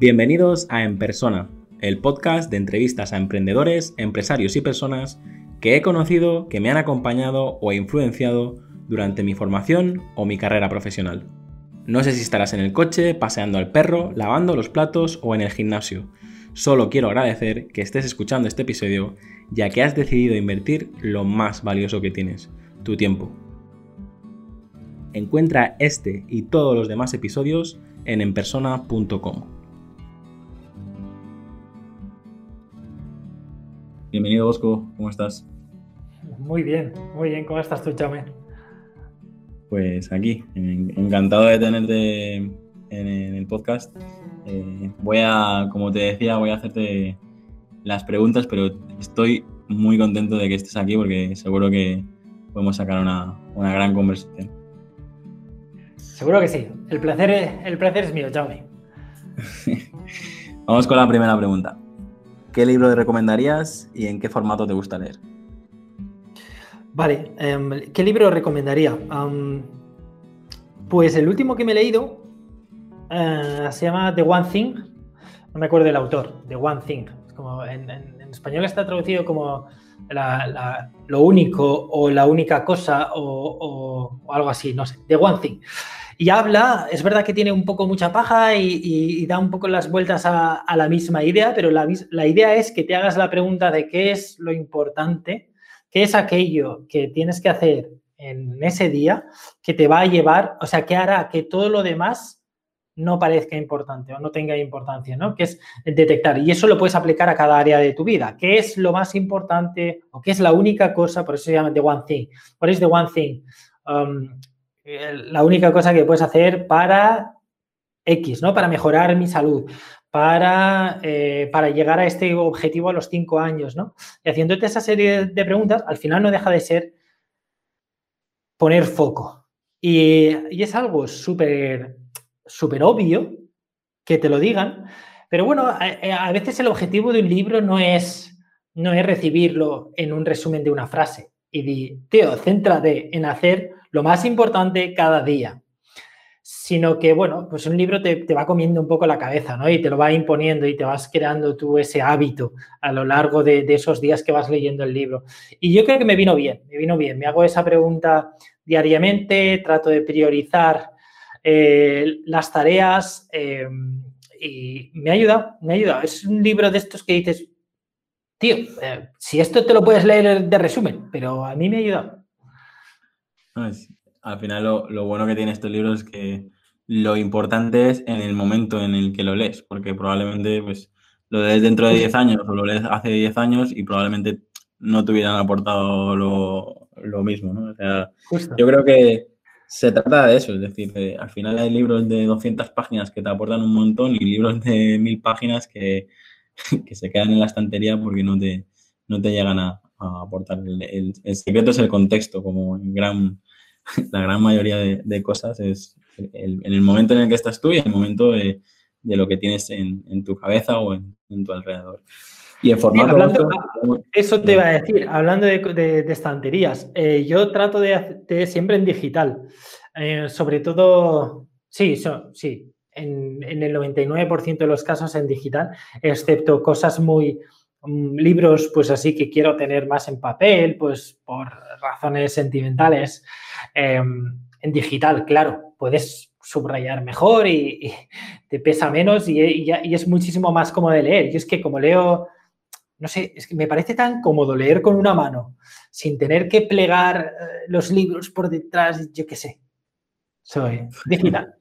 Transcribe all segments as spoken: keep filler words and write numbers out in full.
Bienvenidos a En Persona, el podcast de entrevistas a emprendedores, empresarios y personas que he conocido, que me han acompañado o influenciado durante mi formación o mi carrera profesional. No sé si estarás en el coche, paseando al perro, lavando los platos o en el gimnasio. Solo quiero agradecer que estés escuchando este episodio, ya que has decidido invertir lo más valioso que tienes, tu tiempo. Encuentra este y todos los demás episodios en enpersona punto com. Bienvenido, Bosco, ¿cómo estás? Muy bien, muy bien. ¿Cómo estás tú, Jaume? Pues aquí, encantado de tenerte en el podcast. Eh, voy a, como te decía, voy a hacerte las preguntas, pero estoy muy contento de que estés aquí porque seguro que podemos sacar una, una gran conversación. Seguro que sí. El placer, el placer es mío, Jaume. Vamos con la primera pregunta. ¿Qué libro te recomendarías y en qué formato te gusta leer? Vale, um, ¿qué libro recomendaría? Um, pues el último que me he leído uh, se llama The One Thing. No me acuerdo del autor, The One Thing. Es como en, en, en español está traducido como la, la, lo único o la única cosa o, o, o algo así, no sé. The One Thing. Y habla, es verdad que tiene un poco mucha paja y, y, y da un poco las vueltas a, a la misma idea, pero la, la idea es que te hagas la pregunta de qué es lo importante, qué es aquello que tienes que hacer en ese día que te va a llevar, o sea, que hará que todo lo demás no parezca importante o no tenga importancia, ¿no? Que es detectar. Y eso lo puedes aplicar a cada área de tu vida. ¿Qué es lo más importante o qué es la única cosa? Por eso se llama The One Thing. What is the one thing? Um, la única cosa que puedes hacer para X, ¿no? Para mejorar mi salud, para, eh, para llegar a este objetivo a los cinco años, ¿no? Y haciéndote esa serie de preguntas, al final no deja de ser poner foco. Y, y es algo súper, súper obvio que te lo digan, pero bueno, a, a veces el objetivo de un libro no es, no es recibirlo en un resumen de una frase y di, tío, céntrate en hacer lo más importante cada día, sino que, bueno, pues un libro te, te va comiendo un poco la cabeza, ¿no? Y te lo va imponiendo y te vas creando tú ese hábito a lo largo de, de esos días que vas leyendo el libro. Y yo creo que me vino bien, me vino bien. Me hago esa pregunta diariamente, trato de priorizar eh, las tareas eh, y me ha ayudado, me ha ayudado. Es un libro de estos que dices, tío, eh, si esto te lo puedes leer de resumen, pero a mí me ha ayudado. Al final lo, lo bueno que tiene estos libros es que lo importante es en el momento en el que lo lees, porque probablemente pues lo lees dentro de diez años o lo lees hace diez años y probablemente no te hubieran aportado lo, lo mismo, ¿no? O sea, Justo. Yo creo que se trata de eso, es decir, que al final hay libros de doscientas páginas que te aportan un montón y libros de mil páginas que, que se quedan en la estantería porque no te, no te llegan a, a aportar. El, el, el secreto es el contexto, como en gran... La gran mayoría de, de cosas es el, en el momento en el que estás tú y el momento de, de lo que tienes en, en tu cabeza o en, en tu alrededor. Y en formato... Sí, hablando, otro, eso te iba a decir, hablando de, de, de estanterías, eh, yo trato de, de siempre en digital, eh, sobre todo, sí, so, sí, en, en el noventa y nueve por ciento de los casos en digital, excepto cosas muy... Um, libros, pues así que quiero tener más en papel, pues por razones sentimentales. Eh, en digital, claro, puedes subrayar mejor y, y te pesa menos y, y, y es muchísimo más cómodo de leer. Yo es que como leo, no sé, es que me parece tan cómodo leer con una mano, sin tener que plegar eh, los libros por detrás, yo qué sé. Soy digital.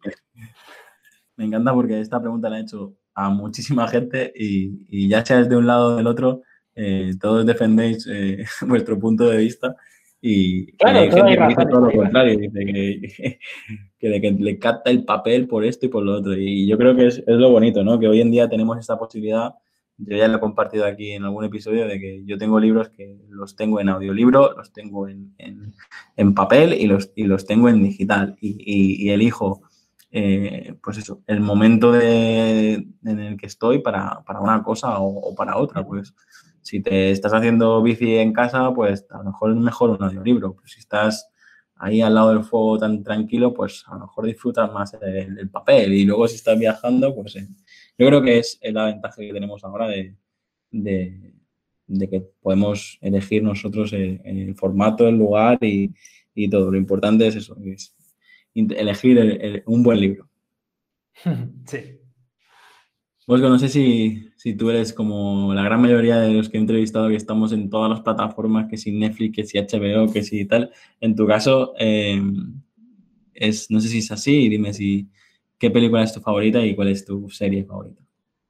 Me encanta porque esta pregunta la he hecho a muchísima gente y, y ya seas de un lado o del otro, eh, todos defendéis eh, vuestro punto de vista y, claro, y hay gente que dice todo lo razón, contrario, dice que, que, que le capta el papel por esto y por lo otro. Y yo creo que es, es lo bonito, ¿no? Que hoy en día tenemos esta posibilidad, yo ya lo he compartido aquí en algún episodio, de que yo tengo libros que los tengo en audiolibro, los tengo en, en, en papel y los, y los tengo en digital y, y, y elijo... Eh, pues eso, el momento de, en el que estoy para, para una cosa o, o para otra. Pues si te estás haciendo bici en casa, pues a lo mejor es mejor un audiolibro. Pues si estás ahí al lado del fuego tan tranquilo, pues a lo mejor disfrutas más el, el papel. Y luego si estás viajando, pues en, yo creo que es la ventaja que tenemos ahora de, de, de que podemos elegir nosotros el, el formato, el lugar y, y todo. Lo importante es eso, es elegir el, el, un buen libro. Sí. Bosco, no sé si, si tú eres como la gran mayoría de los que he entrevistado que estamos en todas las plataformas, que si Netflix, que si H B O, que si tal. En tu caso, eh, es, no sé si es así, y dime si qué película es tu favorita y cuál es tu serie favorita.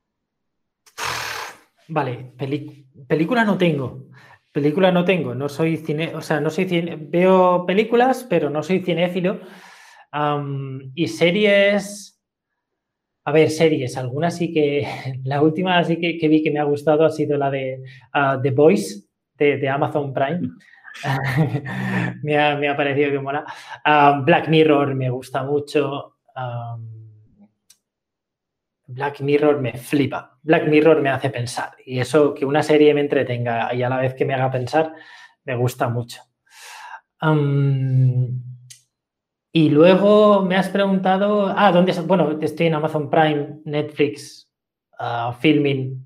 Vale, peli- película no tengo. Película no tengo. No soy cine, o sea, no soy cine, veo películas, pero no soy cinéfilo. Um, y series. A ver, series, algunas sí que. La última sí que, que vi que me ha gustado ha sido la de uh, The Boys de, de Amazon Prime. me, ha, me ha parecido que mola. Uh, Black Mirror me gusta mucho. Um, Black Mirror me flipa. Black Mirror me hace pensar. Y eso, que una serie me entretenga y a la vez que me haga pensar, me gusta mucho. Um, y luego me has preguntado, ah, ¿dónde? Bueno, estoy en Amazon Prime, Netflix, uh, Filming.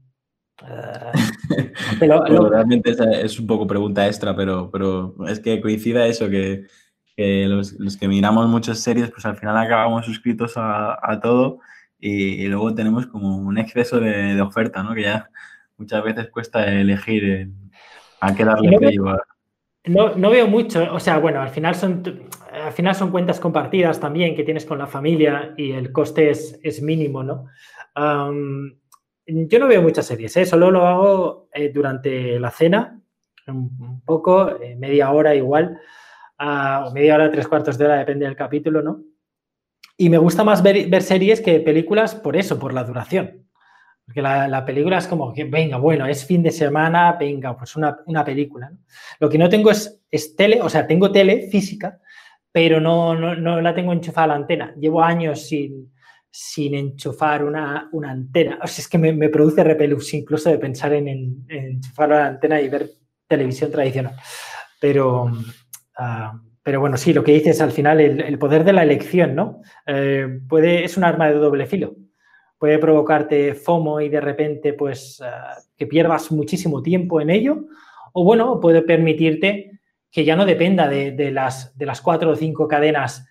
Uh, lo, Bueno, lo, realmente esa es un poco pregunta extra, pero, pero es que coincida eso, que, que los, los que miramos muchas series, pues al final acabamos suscritos a, a todo y, y luego tenemos como un exceso de, de oferta, ¿no? Que ya muchas veces cuesta elegir eh, a qué darle no, play o a... no, no veo mucho, o sea, bueno, al final son, al final son cuentas compartidas también que tienes con la familia y el coste es, es mínimo, ¿no? Um, yo no veo muchas series, ¿eh? Solo lo hago eh, durante la cena, un, un poco, eh, media hora igual, uh, o media hora, tres cuartos de hora, depende del capítulo, ¿no? Y me gusta más ver, ver series que películas por eso, por la duración. Porque la, la, película es como que, venga, bueno, es fin de semana, venga, pues una, una película, ¿no? Lo que no tengo es, es tele, o sea, tengo tele física, pero no, no, no la tengo enchufada a la antena. Llevo años sin, sin enchufar una, una antena. O sea, es que me, me produce repelús incluso de pensar en, en, en enchufar la antena y ver televisión tradicional. Pero, uh, pero bueno, sí, lo que dices al final, el, el poder de la elección, ¿no? Eh, puede, es un arma de doble filo. Puede provocarte FOMO y de repente, pues, uh, que pierdas muchísimo tiempo en ello. O bueno, puede permitirte que ya no dependa de, de, las, de las cuatro o cinco cadenas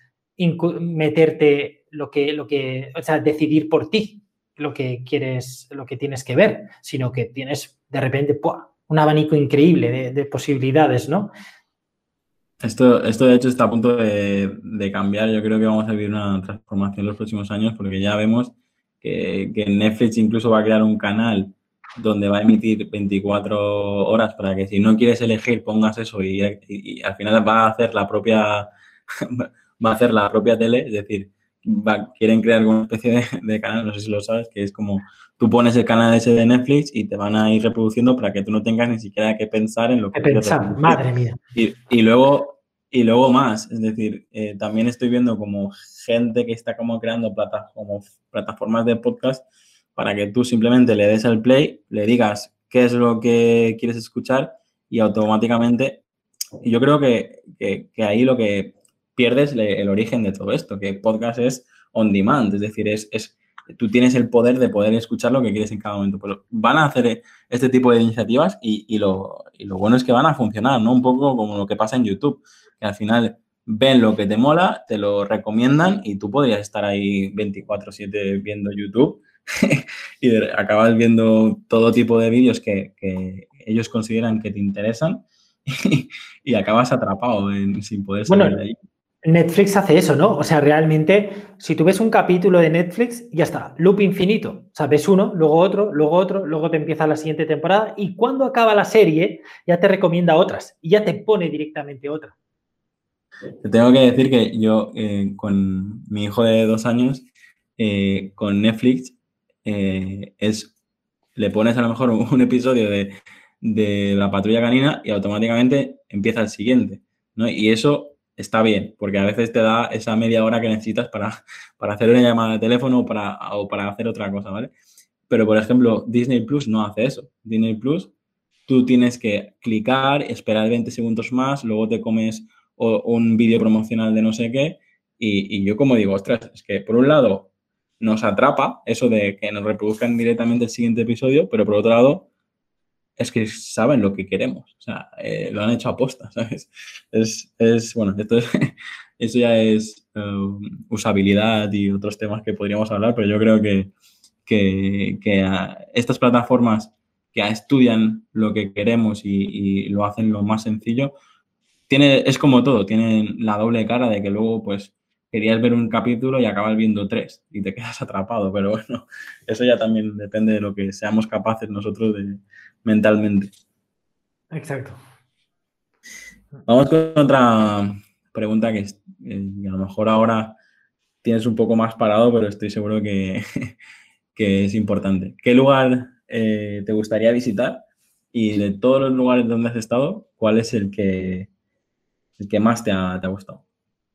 meterte lo que, lo que, o sea, decidir por ti lo que quieres, lo que tienes que ver, sino que tienes de repente ¡pua!, un abanico increíble de, de posibilidades, ¿no? Esto, esto de hecho está a punto de, de cambiar. Yo creo que vamos a vivir una transformación en los próximos años porque ya vemos que, que Netflix incluso va a crear un canal donde va a emitir veinticuatro horas para que si no quieres elegir pongas eso y, y, y al final va a hacer la propia va a hacer la propia tele, es decir, va, quieren crear una especie de, de canal, no sé si lo sabes, que es como tú pones el canal ese de Netflix y te van a ir reproduciendo para que tú no tengas ni siquiera que pensar en lo que quieres pensar, reproducir. madre mía. Y, y luego y luego más, es decir, eh, también estoy viendo como gente que está como creando plata, como plataformas de podcast para que tú simplemente le des al play, le digas qué es lo que quieres escuchar y automáticamente, y yo creo que, que, que ahí lo que pierdes le, el origen de todo esto, que podcast es on demand, es decir, es, es tú tienes el poder de poder escuchar lo que quieres en cada momento. Pero van a hacer este tipo de iniciativas y, y, lo, y lo bueno es que van a funcionar, ¿no? Un poco como lo que pasa en YouTube, que al final ven lo que te mola, te lo recomiendan y tú podrías estar ahí veinticuatro siete viendo YouTube y de, acabas viendo todo tipo de vídeos que, que ellos consideran que te interesan y, y acabas atrapado en, sin poder salir Bueno, de ahí. Netflix hace eso, ¿no? O sea, realmente, si tú ves un capítulo de Netflix, ya está, loop infinito. O sea, ves uno, luego otro, luego otro, luego te empieza la siguiente temporada y cuando acaba la serie ya te recomienda otras y ya te pone directamente otra. Te tengo que decir que yo eh, con mi hijo de dos años, eh, con Netflix, eh, es, le pones a lo mejor un, un episodio de, de La Patrulla Canina y automáticamente empieza el siguiente, ¿no? Y eso está bien, porque a veces te da esa media hora que necesitas para, para hacer una llamada de teléfono o para, o para hacer otra cosa, ¿vale? Pero, por ejemplo, Disney Plus no hace eso. Disney Plus, tú tienes que clicar, esperar veinte segundos más, luego te comes o, un vídeo promocional de no sé qué. Y, y yo como digo, ostras, es que por un lado nos atrapa eso de que nos reproduzcan directamente el siguiente episodio, pero por otro lado, es que saben lo que queremos. O sea, eh, lo han hecho aposta, ¿sabes? Es, es bueno, esto es, eso ya es uh, usabilidad y otros temas que podríamos hablar, pero yo creo que, que, que uh, estas plataformas que estudian lo que queremos y, y lo hacen lo más sencillo, tiene, es como todo, tienen la doble cara de que luego, pues, querías ver un capítulo y acabas viendo tres y te quedas atrapado, pero bueno, eso ya también depende de lo que seamos capaces nosotros de mentalmente. Exacto. Vamos con otra pregunta que, es, eh, que a lo mejor ahora tienes un poco más parado, pero estoy seguro que, que es importante. ¿Qué lugar eh, te gustaría visitar? Y de todos los lugares donde has estado, ¿cuál es el que, el que más te ha, te ha gustado?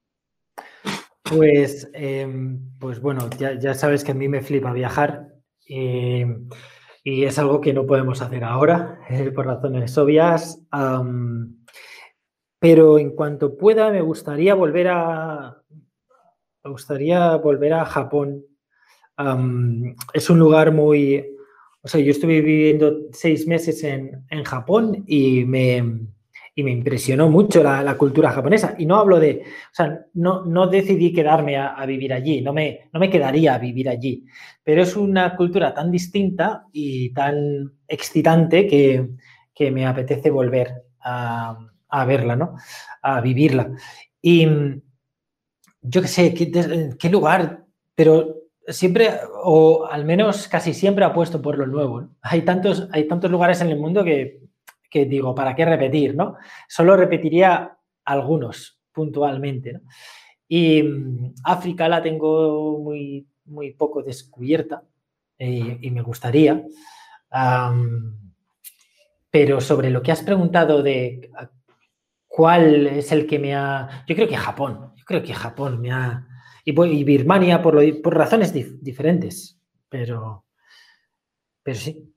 Pues, eh, pues bueno, ya, ya sabes que a mí me flipa viajar eh, y es algo que no podemos hacer ahora eh, por razones obvias. Um, pero en cuanto pueda, me gustaría volver a, me gustaría volver a Japón. Um, es un lugar muy, o sea, yo estuve viviendo seis meses en, en Japón y me, y me impresionó mucho la, la, cultura japonesa. Y no hablo de, o sea, no, no decidí quedarme a, a vivir allí, no me, no me quedaría a vivir allí, pero es una cultura tan distinta y tan excitante que, que me apetece volver a, a verla, ¿no? A vivirla. Y yo qué sé, ¿qué, qué lugar? Pero siempre, o al menos casi siempre apuesto por lo nuevo, ¿no? Hay tantos, hay tantos lugares en el mundo que, que digo, ¿para qué repetir, no? Solo repetiría algunos puntualmente, ¿no? Y um, África la tengo muy, muy poco descubierta eh, y me gustaría. Um, pero sobre lo que has preguntado de cuál es el que me ha... Yo creo que Japón, yo creo que Japón me ha... Y, y Birmania por, lo, por razones dif diferentes, pero, pero sí,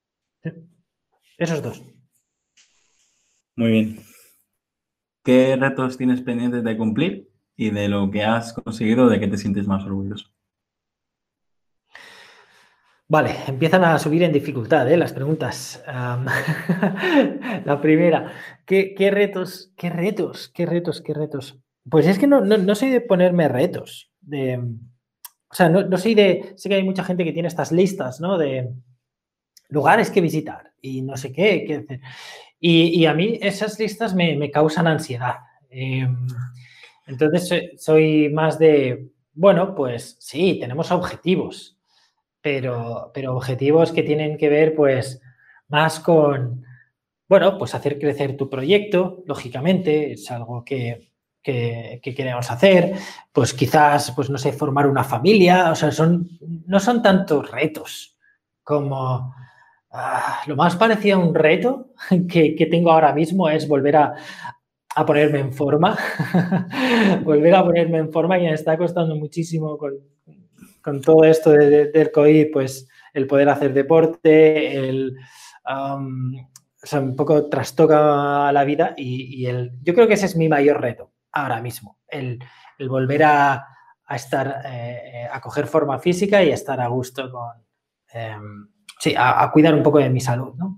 esos dos. Muy bien. ¿Qué retos tienes pendientes de cumplir y de lo que has conseguido, de qué te sientes más orgulloso? Vale, empiezan a subir en dificultad ¿eh? Las preguntas. Um, la primera, ¿qué, ¿qué retos, qué retos, qué retos, qué retos? Pues es que no, no, no soy de ponerme retos. De, o sea, no, no soy de... Sé que hay mucha gente que tiene estas listas, ¿no? De lugares que visitar y no sé qué, qué hacer. Y, y, a mí esas listas me, me causan ansiedad. Eh, entonces soy más de, bueno, pues sí, tenemos objetivos, pero, pero objetivos que tienen que ver pues más con, bueno, pues hacer crecer tu proyecto, lógicamente, es algo que, que, que queremos hacer, pues quizás, pues no sé, formar una familia, o sea, son, no son tantos retos como... Ah, lo más parecido a un reto que, que tengo ahora mismo es volver a, a ponerme en forma, volver a ponerme en forma y me está costando muchísimo con, con todo esto de, de, del COVID, pues el poder hacer deporte, el, um, o sea, un poco trastoca la vida y, y el, yo creo que ese es mi mayor reto ahora mismo, el, el volver a, a estar, eh, a coger forma física y a estar a gusto con... Eh, sí, a, a, cuidar un poco de mi salud, ¿no?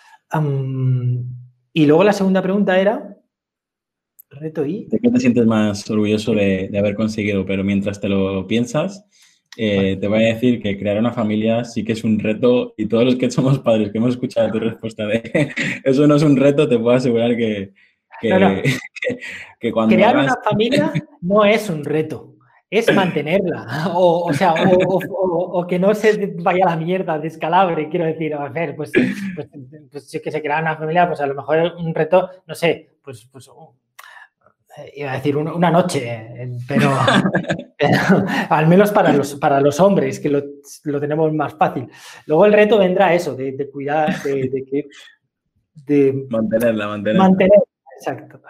Um, y luego la segunda pregunta era, reto y... ¿De qué te sientes más orgulloso de, de haber conseguido? Pero mientras te lo piensas, eh, vale. Te voy a decir que crear una familia sí que es un reto y todos los que somos padres que hemos escuchado tu respuesta de eso no es un reto, te puedo asegurar que, que, no, no. que, que cuando crear hagas... una familia no es un reto. Es mantenerla, o, o sea, o, o, o, o, que no se vaya a la mierda, descalabre, quiero decir, a ver, pues, pues, pues si es que se crea una familia, pues a lo mejor un reto, no sé, pues, pues uh, iba a decir una, una noche, pero, pero al menos para los, para los hombres, que lo, lo tenemos más fácil. Luego el reto vendrá eso, de, de cuidar, de, de que... De mantenerla, mantenerla. Mantenerla, exacto.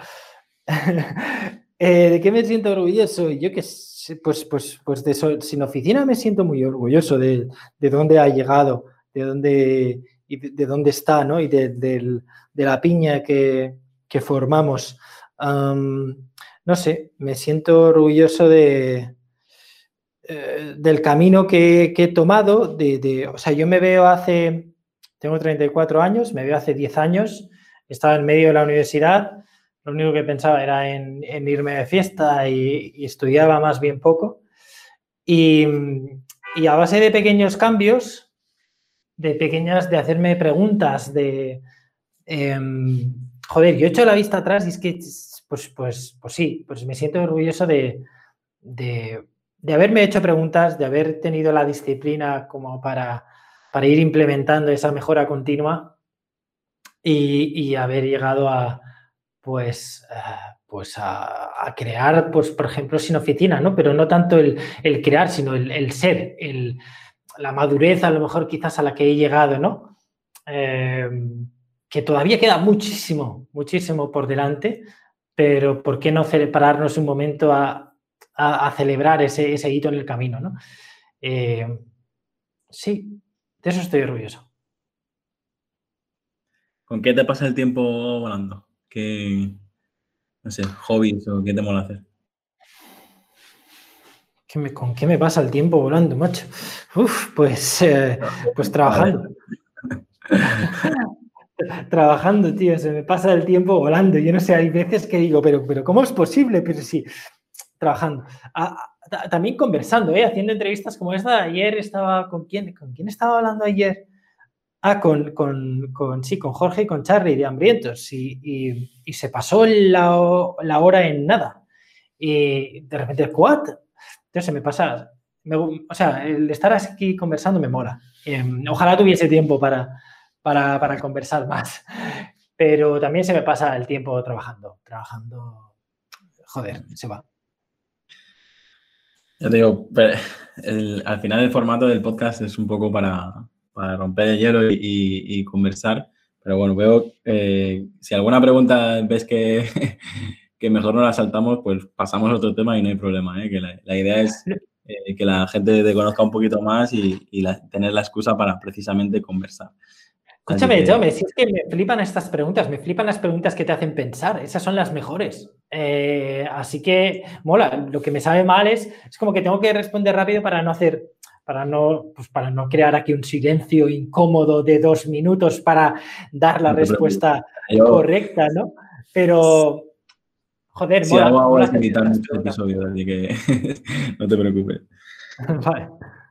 Eh, ¿De qué me siento orgulloso? Yo que sé, pues, pues, pues de eso, sin oficina me siento muy orgulloso de, de dónde ha llegado, de dónde, y de, de dónde está, ¿no? Y de, de, de la piña que, que formamos. Um, no sé, me siento orgulloso de, eh, del camino que, que he tomado. De, de, o sea, yo me veo hace, tengo treinta y cuatro años, me veo hace diez años, estaba en medio de la universidad, lo único que pensaba era en, en irme de fiesta y, y estudiaba más bien poco. Y, y a base de pequeños cambios, de pequeñas, de hacerme preguntas, de... Eh, joder, yo he hecho la vista atrás y es que, pues, pues, pues sí, pues me siento orgulloso de, de, de haberme hecho preguntas, de haber tenido la disciplina como para, para ir implementando esa mejora continua y, y haber llegado a, pues, uh, pues a, a crear, pues, por ejemplo, sin oficina, ¿no? Pero no tanto el, el crear, sino el, el ser, el, la madurez a lo mejor quizás a la que he llegado, ¿no? Eh, que todavía queda muchísimo, muchísimo por delante, pero ¿por qué no pararnos un momento a, a, a celebrar ese, ese hito en el camino, ¿no? Eh, sí, de eso estoy orgulloso. ¿Con qué te pasa el tiempo volando? ¿Qué, no sé, hobbies o qué te mola hacer? ¿Qué me, ¿Con qué me pasa el tiempo volando, macho? Uf, pues, eh, pues trabajando. Trabajando, tío, se me pasa el tiempo volando. Yo no sé, hay veces que digo, pero, pero ¿cómo es posible? Pero sí, trabajando. A, a, también conversando, ¿eh? Haciendo entrevistas como esta. Ayer estaba, ¿con quién, ¿con quién estaba hablando ayer? Ah, con, con, con, sí, con Jorge y con Charlie de Hambrientos. Y, y, y se pasó la, la hora en nada. Y de repente, ¿what? Entonces se me pasa, me, o sea, el estar aquí conversando me mola. Eh, ojalá tuviese tiempo para, para, para conversar más, pero también se me pasa el tiempo trabajando, trabajando, joder, se va. Ya te digo, el, al final el formato del podcast es un poco para, para romper el hielo y, y, y conversar, pero bueno, veo, eh, si alguna pregunta ves que, que mejor no la saltamos, pues pasamos a otro tema y no hay problema, ¿eh? Que la, la idea es eh, que la gente te conozca un poquito más y, y la, tener la excusa para precisamente conversar. Escúchame, Jaume, si es que me flipan estas preguntas, me flipan las preguntas que te hacen pensar, esas son las mejores. Eh, así que mola, lo que me sabe mal es, es como que tengo que responder rápido para no hacer, para no, pues para no crear aquí un silencio incómodo de dos minutos para dar la no respuesta Yo, correcta, ¿no? Pero, joder, si mola. algo hago mola es editar este episodio, así que no te preocupes. Vale.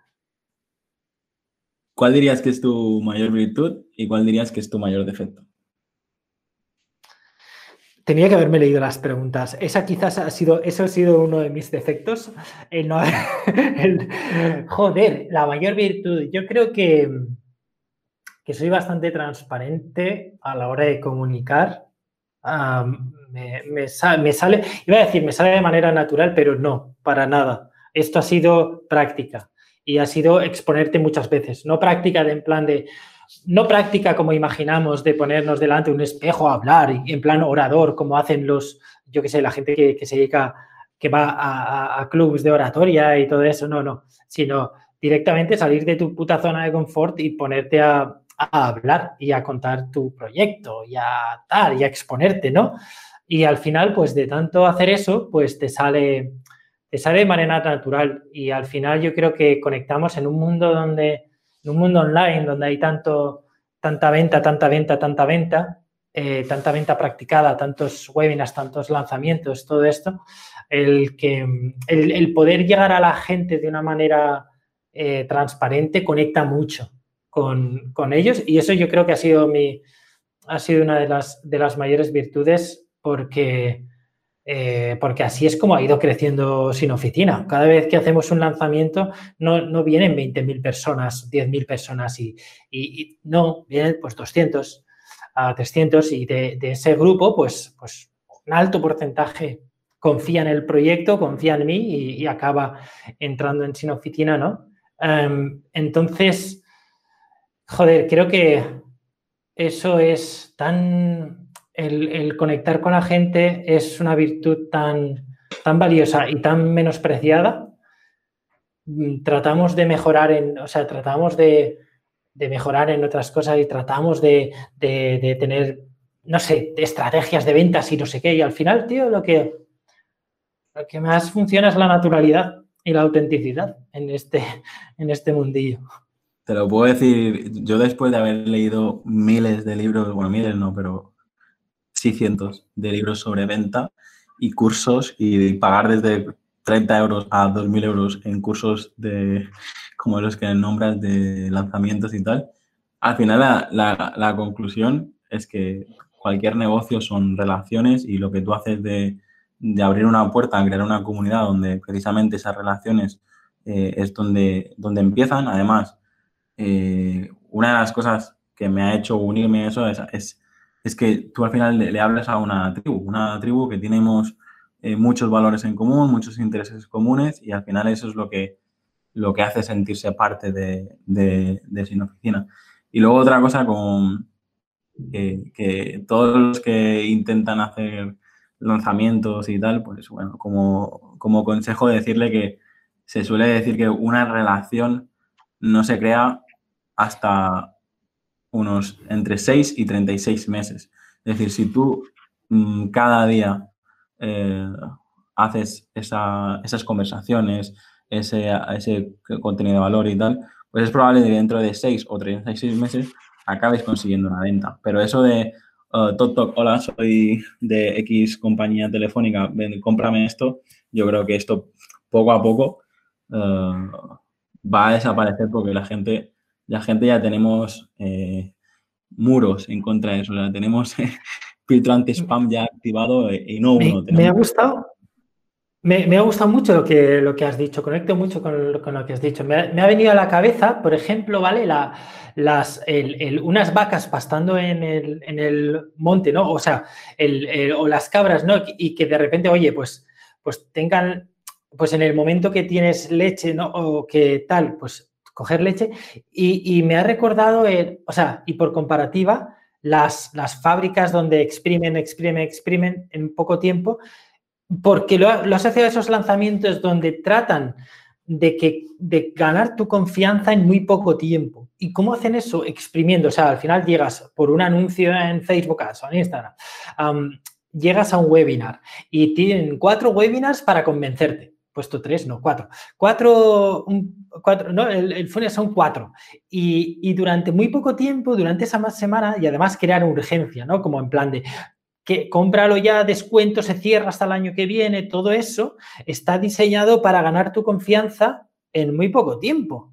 ¿Cuál dirías que es tu mayor virtud y cuál dirías que es tu mayor defecto? Tenía que haberme leído las preguntas. Esa quizás ha sido, eso ha sido uno de mis defectos. El no, el, joder, la mayor virtud. Yo creo que, que soy bastante transparente a la hora de comunicar. Um, me, me, me sale, iba a decir, me sale de manera natural, pero no, para nada. Esto ha sido práctica y ha sido exponerte muchas veces. No práctica de en plan de... No práctica como imaginamos de ponernos delante de un espejo a hablar y en plan orador, como hacen los, yo qué sé, la gente que, que se dedica, que va a, a, a clubs de oratoria y todo eso. No, no, sino directamente salir de tu puta zona de confort y ponerte a, a hablar y a contar tu proyecto y a tal, y a exponerte, ¿no? Y al final, pues de tanto hacer eso, pues te sale, te sale de manera natural. Y al final yo creo que conectamos en un mundo donde... En un mundo online donde hay tanto, tanta venta, tanta venta, tanta venta, eh, tanta venta practicada, tantos webinars, tantos lanzamientos, todo esto, el, que, el, el poder llegar a la gente de una manera eh, transparente conecta mucho con, con ellos y eso yo creo que ha sido, mi, ha sido una de las, de las mayores virtudes porque... Eh, porque así es como ha ido creciendo Sin Oficina. Cada vez que hacemos un lanzamiento no, no vienen veinte mil personas, diez mil personas y, y, y no, vienen pues doscientos a trescientos y de, de ese grupo pues, pues un alto porcentaje confía en el proyecto, confía en mí y, y acaba entrando en Sin Oficina, ¿no? Um, entonces, joder, creo que eso es tan... El, el conectar con la gente es una virtud tan, tan valiosa y tan menospreciada. Tratamos de mejorar en, o sea, tratamos de, de mejorar en otras cosas y tratamos de, de, de tener, no sé, de estrategias de ventas y no sé qué. Y al final, tío, lo que, lo que más funciona es la naturalidad. y la autenticidad en este, en este mundillo. Te lo puedo decir, yo después de haber leído miles de libros, bueno, miles no, pero sí cientos de libros sobre venta y cursos y pagar desde treinta euros a dos mil euros en cursos de, como los que nombras, de lanzamientos y tal. Al final la, la, la conclusión es que cualquier negocio son relaciones y lo que tú haces de, de abrir una puerta, crear una comunidad donde precisamente esas relaciones eh, es donde, donde empiezan. Además, eh, una de las cosas que me ha hecho unirme a eso es, es, es que tú al final le, le hablas a una tribu, una tribu que tenemos eh, muchos valores en común, muchos intereses comunes y al final eso es lo que, lo que hace sentirse parte de, de, de Sin Oficina. Y luego otra cosa con que, que todos los que intentan hacer lanzamientos y tal, pues bueno, como, como consejo decirle que se suele decir que una relación no se crea hasta unos entre seis y treinta y seis meses. Es decir, si tú mmm, cada día eh, haces esa, esas conversaciones, ese, ese contenido de valor y tal, pues es probable que dentro de seis o treinta y seis meses acabes consiguiendo una venta. Pero eso de uh, toc, toc, hola, soy de X compañía telefónica, ven, cómprame esto, yo creo que esto poco a poco uh, va a desaparecer porque la gente, la gente ya tenemos eh, muros en contra de eso. O sea, tenemos filtro anti-spam ya activado y no Me, uno. me ha Tenemos... gustado. Me, me ha gustado mucho lo que, lo que has dicho, conecto mucho con, con lo que has dicho. Me ha, me ha venido a la cabeza, por ejemplo, ¿vale? La, las, el, el, unas vacas pastando en el, en el monte, ¿no? O sea, el, el, o las cabras, ¿no? Y que de repente, oye, pues, pues tengan, pues en el momento que tienes leche, ¿no? O que tal, pues coger leche. Y, y me ha recordado, el, o sea, y por comparativa, las, las fábricas donde exprimen, exprimen, exprimen en poco tiempo. Porque lo, lo has hecho esos lanzamientos donde tratan de, que, de ganar tu confianza en muy poco tiempo. ¿Y cómo hacen eso? Exprimiendo. O sea, al final llegas por un anuncio en Facebook o en Instagram, um, llegas a un webinar y tienen cuatro webinars para convencerte. Puesto tres, no, cuatro. Cuatro, un, cuatro no, el, el funnel son cuatro. Y, y durante muy poco tiempo, durante esa semana, y además crear urgencia, ¿no? Como en plan de, que cómpralo ya, descuento, se cierra hasta el año que viene, todo eso está diseñado para ganar tu confianza en muy poco tiempo.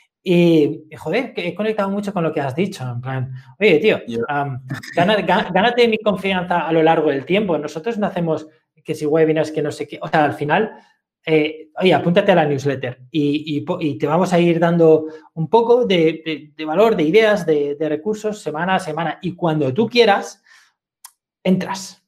Y, joder, que he conectado mucho con lo que has dicho, en plan, oye, tío, um, gánate, gánate mi confianza a lo largo del tiempo. Nosotros no hacemos que si webinars, que no sé qué, o sea, al final, eh, oye, apúntate a la newsletter y, y, y, te vamos a ir dando un poco de, de, de valor, de ideas, de, de recursos, semana a semana. Y cuando tú quieras, entras.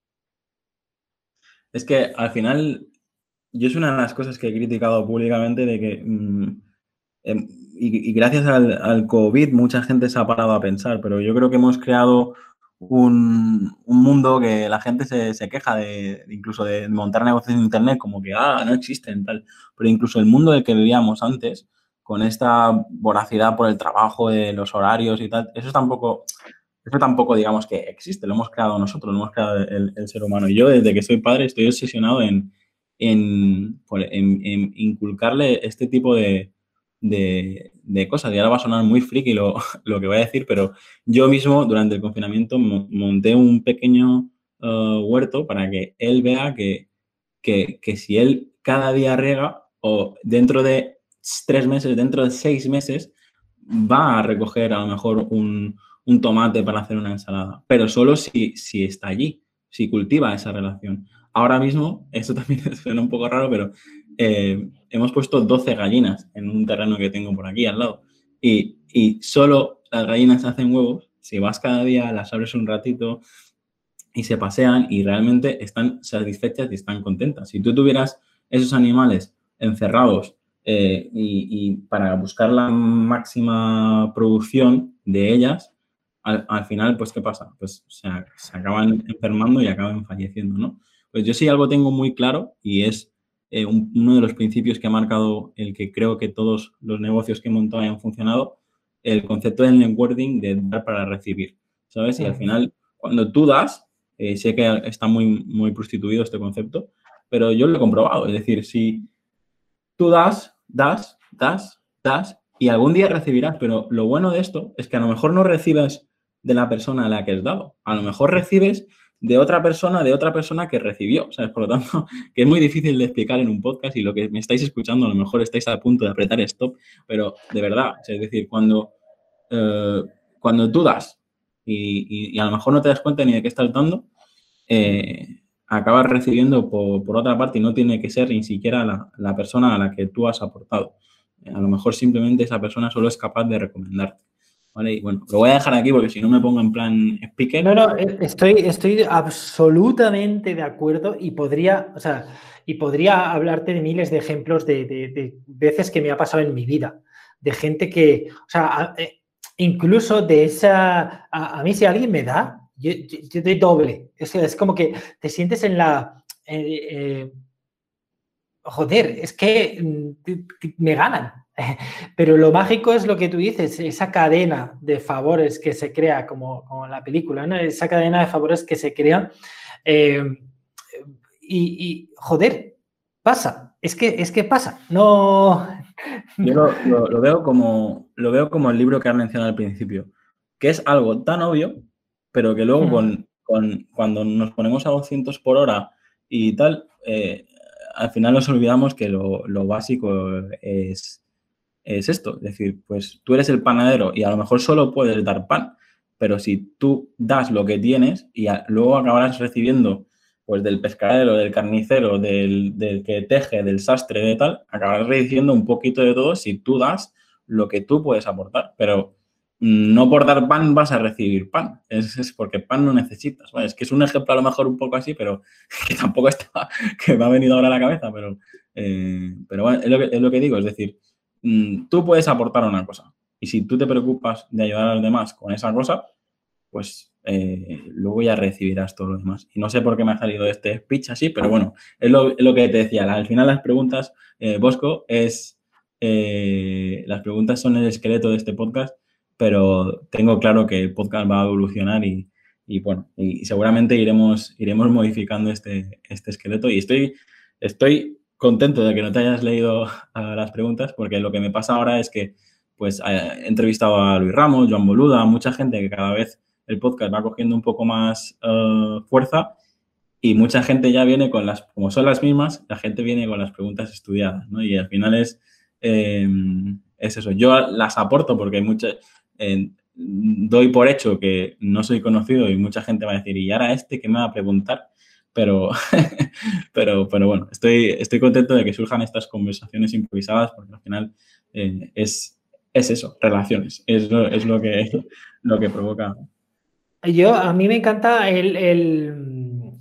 Es que al final, yo es una de las cosas que he criticado públicamente de que, mmm, eh, y, y gracias al, al COVID, mucha gente se ha parado a pensar, pero yo creo que hemos creado un, un mundo que la gente se, se queja de, incluso de montar negocios en Internet, como que, ah, no existen, tal. Pero incluso el mundo del que vivíamos antes, con esta voracidad por el trabajo, de los horarios y tal, eso tampoco... Eso tampoco digamos que existe, lo hemos creado nosotros, lo hemos creado el, el ser humano. Y yo desde que soy padre estoy obsesionado en, en, en, en inculcarle este tipo de, de, de cosas. Y ahora va a sonar muy friki lo, lo que voy a decir, pero yo mismo durante el confinamiento monté un pequeño uh, huerto para que él vea que, que, que si él cada día riega o dentro de tres meses, dentro de seis meses, va a recoger a lo mejor un un tomate para hacer una ensalada, pero solo si, si está allí, si cultiva esa relación. Ahora mismo, eso también suena un poco raro, pero eh, hemos puesto doce gallinas en un terreno que tengo por aquí al lado y, y solo las gallinas hacen huevos, si vas cada día, las abres un ratito y se pasean y realmente están satisfechas y están contentas. Si tú tuvieras esos animales encerrados eh, y, y para buscar la máxima producción de ellas, al, al, final, pues, ¿qué pasa? Pues se, se, acaban enfermando y acaban falleciendo, ¿no? Pues yo sí algo tengo muy claro y es eh, un, uno de los principios que ha marcado el que creo que todos los negocios que he montado hayan funcionado, el concepto del networking de dar para recibir, ¿sabes? Y al final, cuando tú das, eh, sé que está muy, muy prostituido este concepto, pero yo lo he comprobado. Es decir, si tú das, das, das, das y algún día recibirás, pero lo bueno de esto es que a lo mejor no recibes de la persona a la que has dado, a lo mejor recibes de otra persona, de otra persona que recibió, ¿sabes? Por lo tanto, que es muy difícil de explicar en un podcast y lo que me estáis escuchando a lo mejor estáis a punto de apretar stop, pero de verdad, es decir, cuando, eh, cuando tú das y, y, y a lo mejor no te das cuenta ni de qué estás dando, eh, acabas recibiendo por, por otra parte y no tiene que ser ni siquiera la, la persona a la que tú has aportado. Eh, a lo mejor simplemente esa persona solo es capaz de recomendarte. ¿Vale? Y bueno, lo voy a dejar aquí porque si no me pongo en plan speaker. No, no, estoy, estoy absolutamente de acuerdo y podría, o sea, y podría hablarte de miles de ejemplos de, de, de veces que me ha pasado en mi vida, de gente que, o sea, incluso de esa, a, a mí si alguien me da, yo, yo, yo doy doble. Es, es como que te sientes en la... Eh, eh, joder, es que me ganan. Pero lo mágico es lo que tú dices, esa cadena de favores que se crea, como, como en la película, ¿no? Esa cadena de favores que se crea. Eh, y, y, joder, pasa. Es que, es que pasa. No... Yo lo, lo, lo, veo como, lo veo como el libro que has mencionado al principio, que es algo tan obvio, pero que luego con, con, cuando nos ponemos a doscientos por hora y tal, eh, al final nos olvidamos que lo, lo básico es, es esto. Es decir, pues tú eres el panadero y a lo mejor solo puedes dar pan, pero si tú das lo que tienes y a, luego acabarás recibiendo pues del pescadero, del carnicero, del, del que teje, del sastre, de tal, acabarás recibiendo un poquito de todo si tú das lo que tú puedes aportar. Pero no por dar pan vas a recibir pan. Es, es porque pan no necesitas. Bueno, es que es un ejemplo a lo mejor un poco así, pero que tampoco está, que me ha venido ahora a la cabeza, pero, eh, pero bueno, es lo, que, es lo que digo. Es decir, tú puedes aportar una cosa y si tú te preocupas de ayudar a los demás con esa cosa, pues eh, luego ya recibirás todo lo demás. Y no sé por qué me ha salido este speech así, pero bueno, es lo, es lo que te decía. Al final las preguntas, eh, Bosco, es eh, las preguntas son el esqueleto de este podcast, pero tengo claro que el podcast va a evolucionar y, y bueno, y, y seguramente iremos, iremos modificando este, este esqueleto y estoy, estoy contento de que no te hayas leído a las preguntas porque lo que me pasa ahora es que pues he entrevistado a Luis Ramos, Joan Boluda, a mucha gente que cada vez el podcast va cogiendo un poco más uh, fuerza y mucha gente ya viene con las, como son las mismas, la gente viene con las preguntas estudiadas, ¿no? Y al final es, eh, es eso. Yo las aporto porque hay muchas, eh, doy por hecho que no soy conocido y mucha gente va a decir, ¿y ahora este qué me va a preguntar? Pero, pero, pero bueno, estoy, estoy contento de que surjan estas conversaciones improvisadas porque al final eh, es, es eso, relaciones, es lo, es lo que, lo que provoca. Yo, a mí me encanta el, el uh,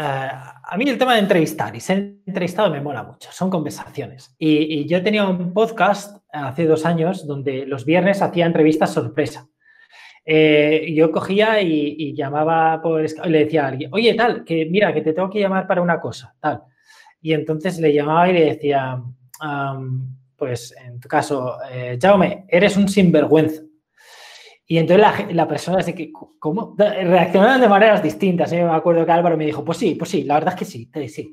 a mí el tema de entrevistar y ser entrevistado me mola mucho, son conversaciones. Y, y yo tenía un podcast hace dos años donde los viernes hacía entrevistas sorpresa. Eh, yo cogía y, y llamaba por y le decía a alguien, oye, tal, que mira, que te tengo que llamar para una cosa, tal. Y entonces le llamaba y le decía, um, pues en tu caso, eh, Jaume, eres un sinvergüenza. Y entonces la, la persona dice que, ¿cómo? Reaccionaban de maneras distintas. ¿eh? Me acuerdo que Álvaro me dijo, pues sí, pues sí, la verdad es que sí, sí.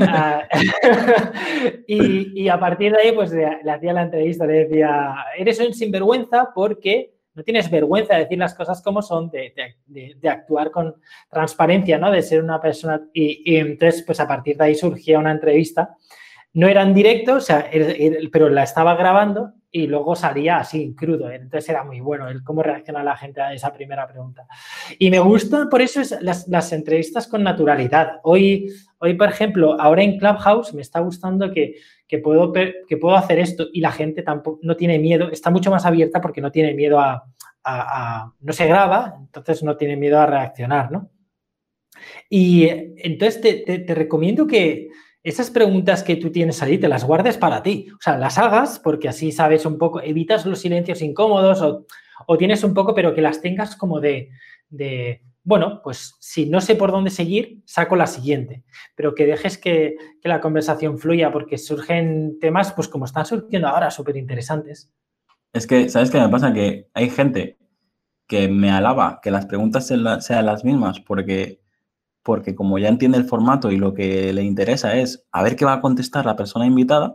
uh, y, y a partir de ahí, pues le, le hacía la entrevista, le decía, eres un sinvergüenza porque no tienes vergüenza de decir las cosas como son, de, de, de actuar con transparencia, ¿no? De ser una persona. Y, y entonces, pues a partir de ahí surgía una entrevista. No era en directo, o sea, era, era, pero la estaba grabando y luego salía así, crudo. Entonces era muy bueno el cómo reacciona la gente a esa primera pregunta. Y me gusta por eso es las, las entrevistas con naturalidad. Hoy, hoy, por ejemplo, ahora en Clubhouse me está gustando que, que, puedo, que puedo hacer esto y la gente tampoco no tiene miedo, está mucho más abierta porque no tiene miedo a, a, a no se graba, entonces no tiene miedo a reaccionar, ¿no? Y entonces te, te, te recomiendo que esas preguntas que tú tienes ahí te las guardes para ti. O sea, las hagas porque así sabes un poco, evitas los silencios incómodos o, o tienes un poco, pero que las tengas como de, de, bueno, pues si no sé por dónde seguir, saco la siguiente. Pero que dejes que, que la conversación fluya porque surgen temas, pues como están surgiendo ahora, súper interesantes. Es que, ¿sabes qué me pasa? Que hay gente que me alaba que las preguntas sean, sean las mismas porque... porque como ya entiende el formato y lo que le interesa es a ver qué va a contestar la persona invitada,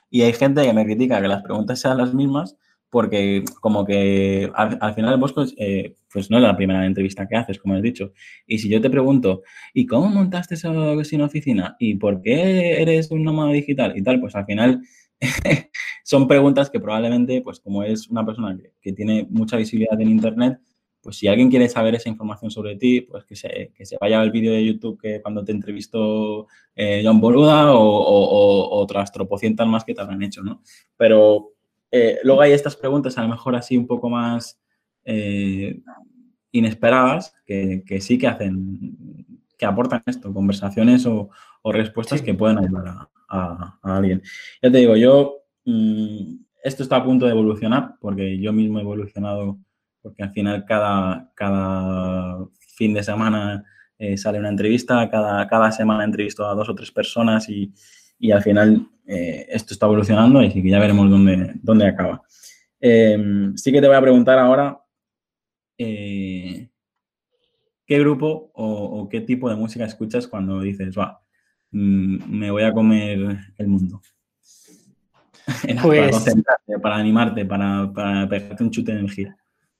Y hay gente que me critica que las preguntas sean las mismas porque como que al, al final Bosco eh, pues no es la primera entrevista que haces, como has dicho. Y si yo te pregunto, ¿y cómo montaste esa sin oficina? ¿Y por qué eres un nómada digital? Y tal, pues al final son preguntas que probablemente, pues como es una persona que, que tiene mucha visibilidad en Internet, pues si alguien quiere saber esa información sobre ti, pues que se, que se vaya al vídeo de YouTube que cuando te entrevistó eh, John Boluda o, o, o otras tropocientas más que te habrán hecho, ¿no? Pero eh, luego hay estas preguntas a lo mejor así un poco más eh, inesperadas que, que sí que hacen, que aportan esto, conversaciones o, o respuestas Sí. que pueden ayudar a, a, a alguien. Ya te digo, yo, mmm, esto está a punto de evolucionar porque yo mismo he evolucionado porque al final cada, cada fin de semana eh, sale una entrevista, cada, cada semana entrevisto a dos o tres personas y, y al final eh, esto está evolucionando y así que ya veremos dónde, dónde acaba. Eh, sí que te voy a preguntar ahora eh, qué grupo o, o, qué tipo de música escuchas cuando dices, va, mmm, me voy a comer el mundo. Pues, para concentrarte, para animarte, para, para pegarte un chute de energía.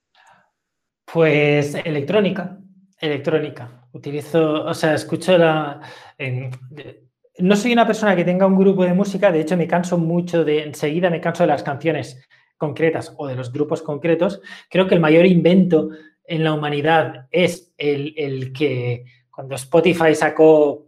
Pues electrónica, electrónica. Utilizo, o sea, escucho la... En, no soy una persona que tenga un grupo de música, de hecho me canso mucho de, enseguida me canso de las canciones concretas o de los grupos concretos. Creo que el mayor invento en la humanidad es el, el que cuando Spotify sacó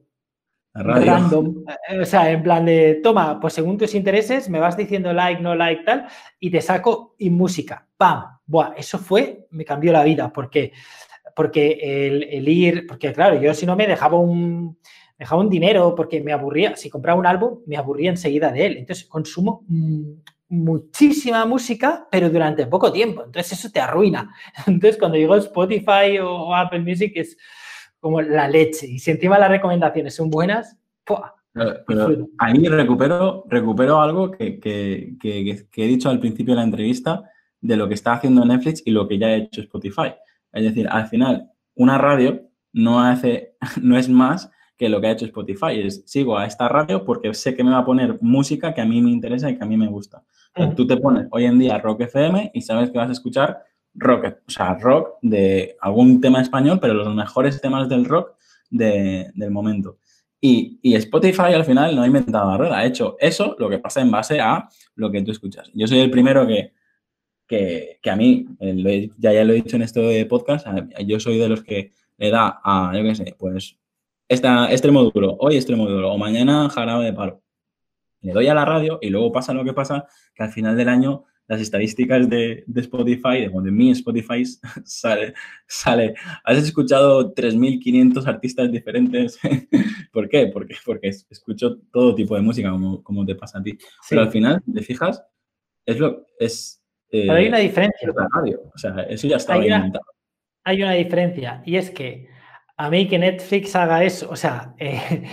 random, o sea, en plan de, toma, pues según tus intereses me vas diciendo like, no like, tal, y te saco y música, ¡pam! Buah, eso fue, me cambió la vida, porque, porque el, el ir, porque claro, yo si no me dejaba un, dejaba un dinero porque me aburría, si compraba un álbum me aburría enseguida de él, entonces consumo mmm, muchísima música, pero durante poco tiempo, entonces eso te arruina. Entonces cuando llegó Spotify o, o Apple Music es como la leche. Y si encima las recomendaciones son buenas, ¡pua! Pero, pero ahí recupero, recupero algo que, que, que, que he dicho al principio de la entrevista de lo que está haciendo Netflix y lo que ya ha hecho Spotify. Es decir, al final, una radio no hace, no es más que lo que ha hecho Spotify. Es, sigo a esta radio porque sé que me va a poner música que a mí me interesa y que a mí me gusta. Entonces, tú te pones hoy en día Rock F M y sabes que vas a escuchar rock, o sea, rock de algún tema español, pero los mejores temas del rock de, del momento. Y, y Spotify al final no ha inventado la rueda, ha hecho eso, lo que pasa en base a lo que tú escuchas. Yo soy el primero que, que, que a mí, eh, ya, ya lo he dicho en este podcast, yo soy de los que le da a, yo qué sé, pues, esta, extremo duro, hoy extremo duro, o mañana jarabe de palo. Le doy a la radio y luego pasa lo que pasa, que al final del año las estadísticas de, de Spotify, de, de mi Spotify, sale, sale, has escuchado tres mil quinientos artistas diferentes. ¿Por qué? Porque, porque escucho todo tipo de música, como, como te pasa a ti. Sí. Pero al final, ¿te fijas? Es lo, es, eh, Pero hay una diferencia. Es la radio. O sea, eso ya estaba hay una, inventado. Hay una diferencia, y es que a mí que Netflix haga eso, o sea, eh,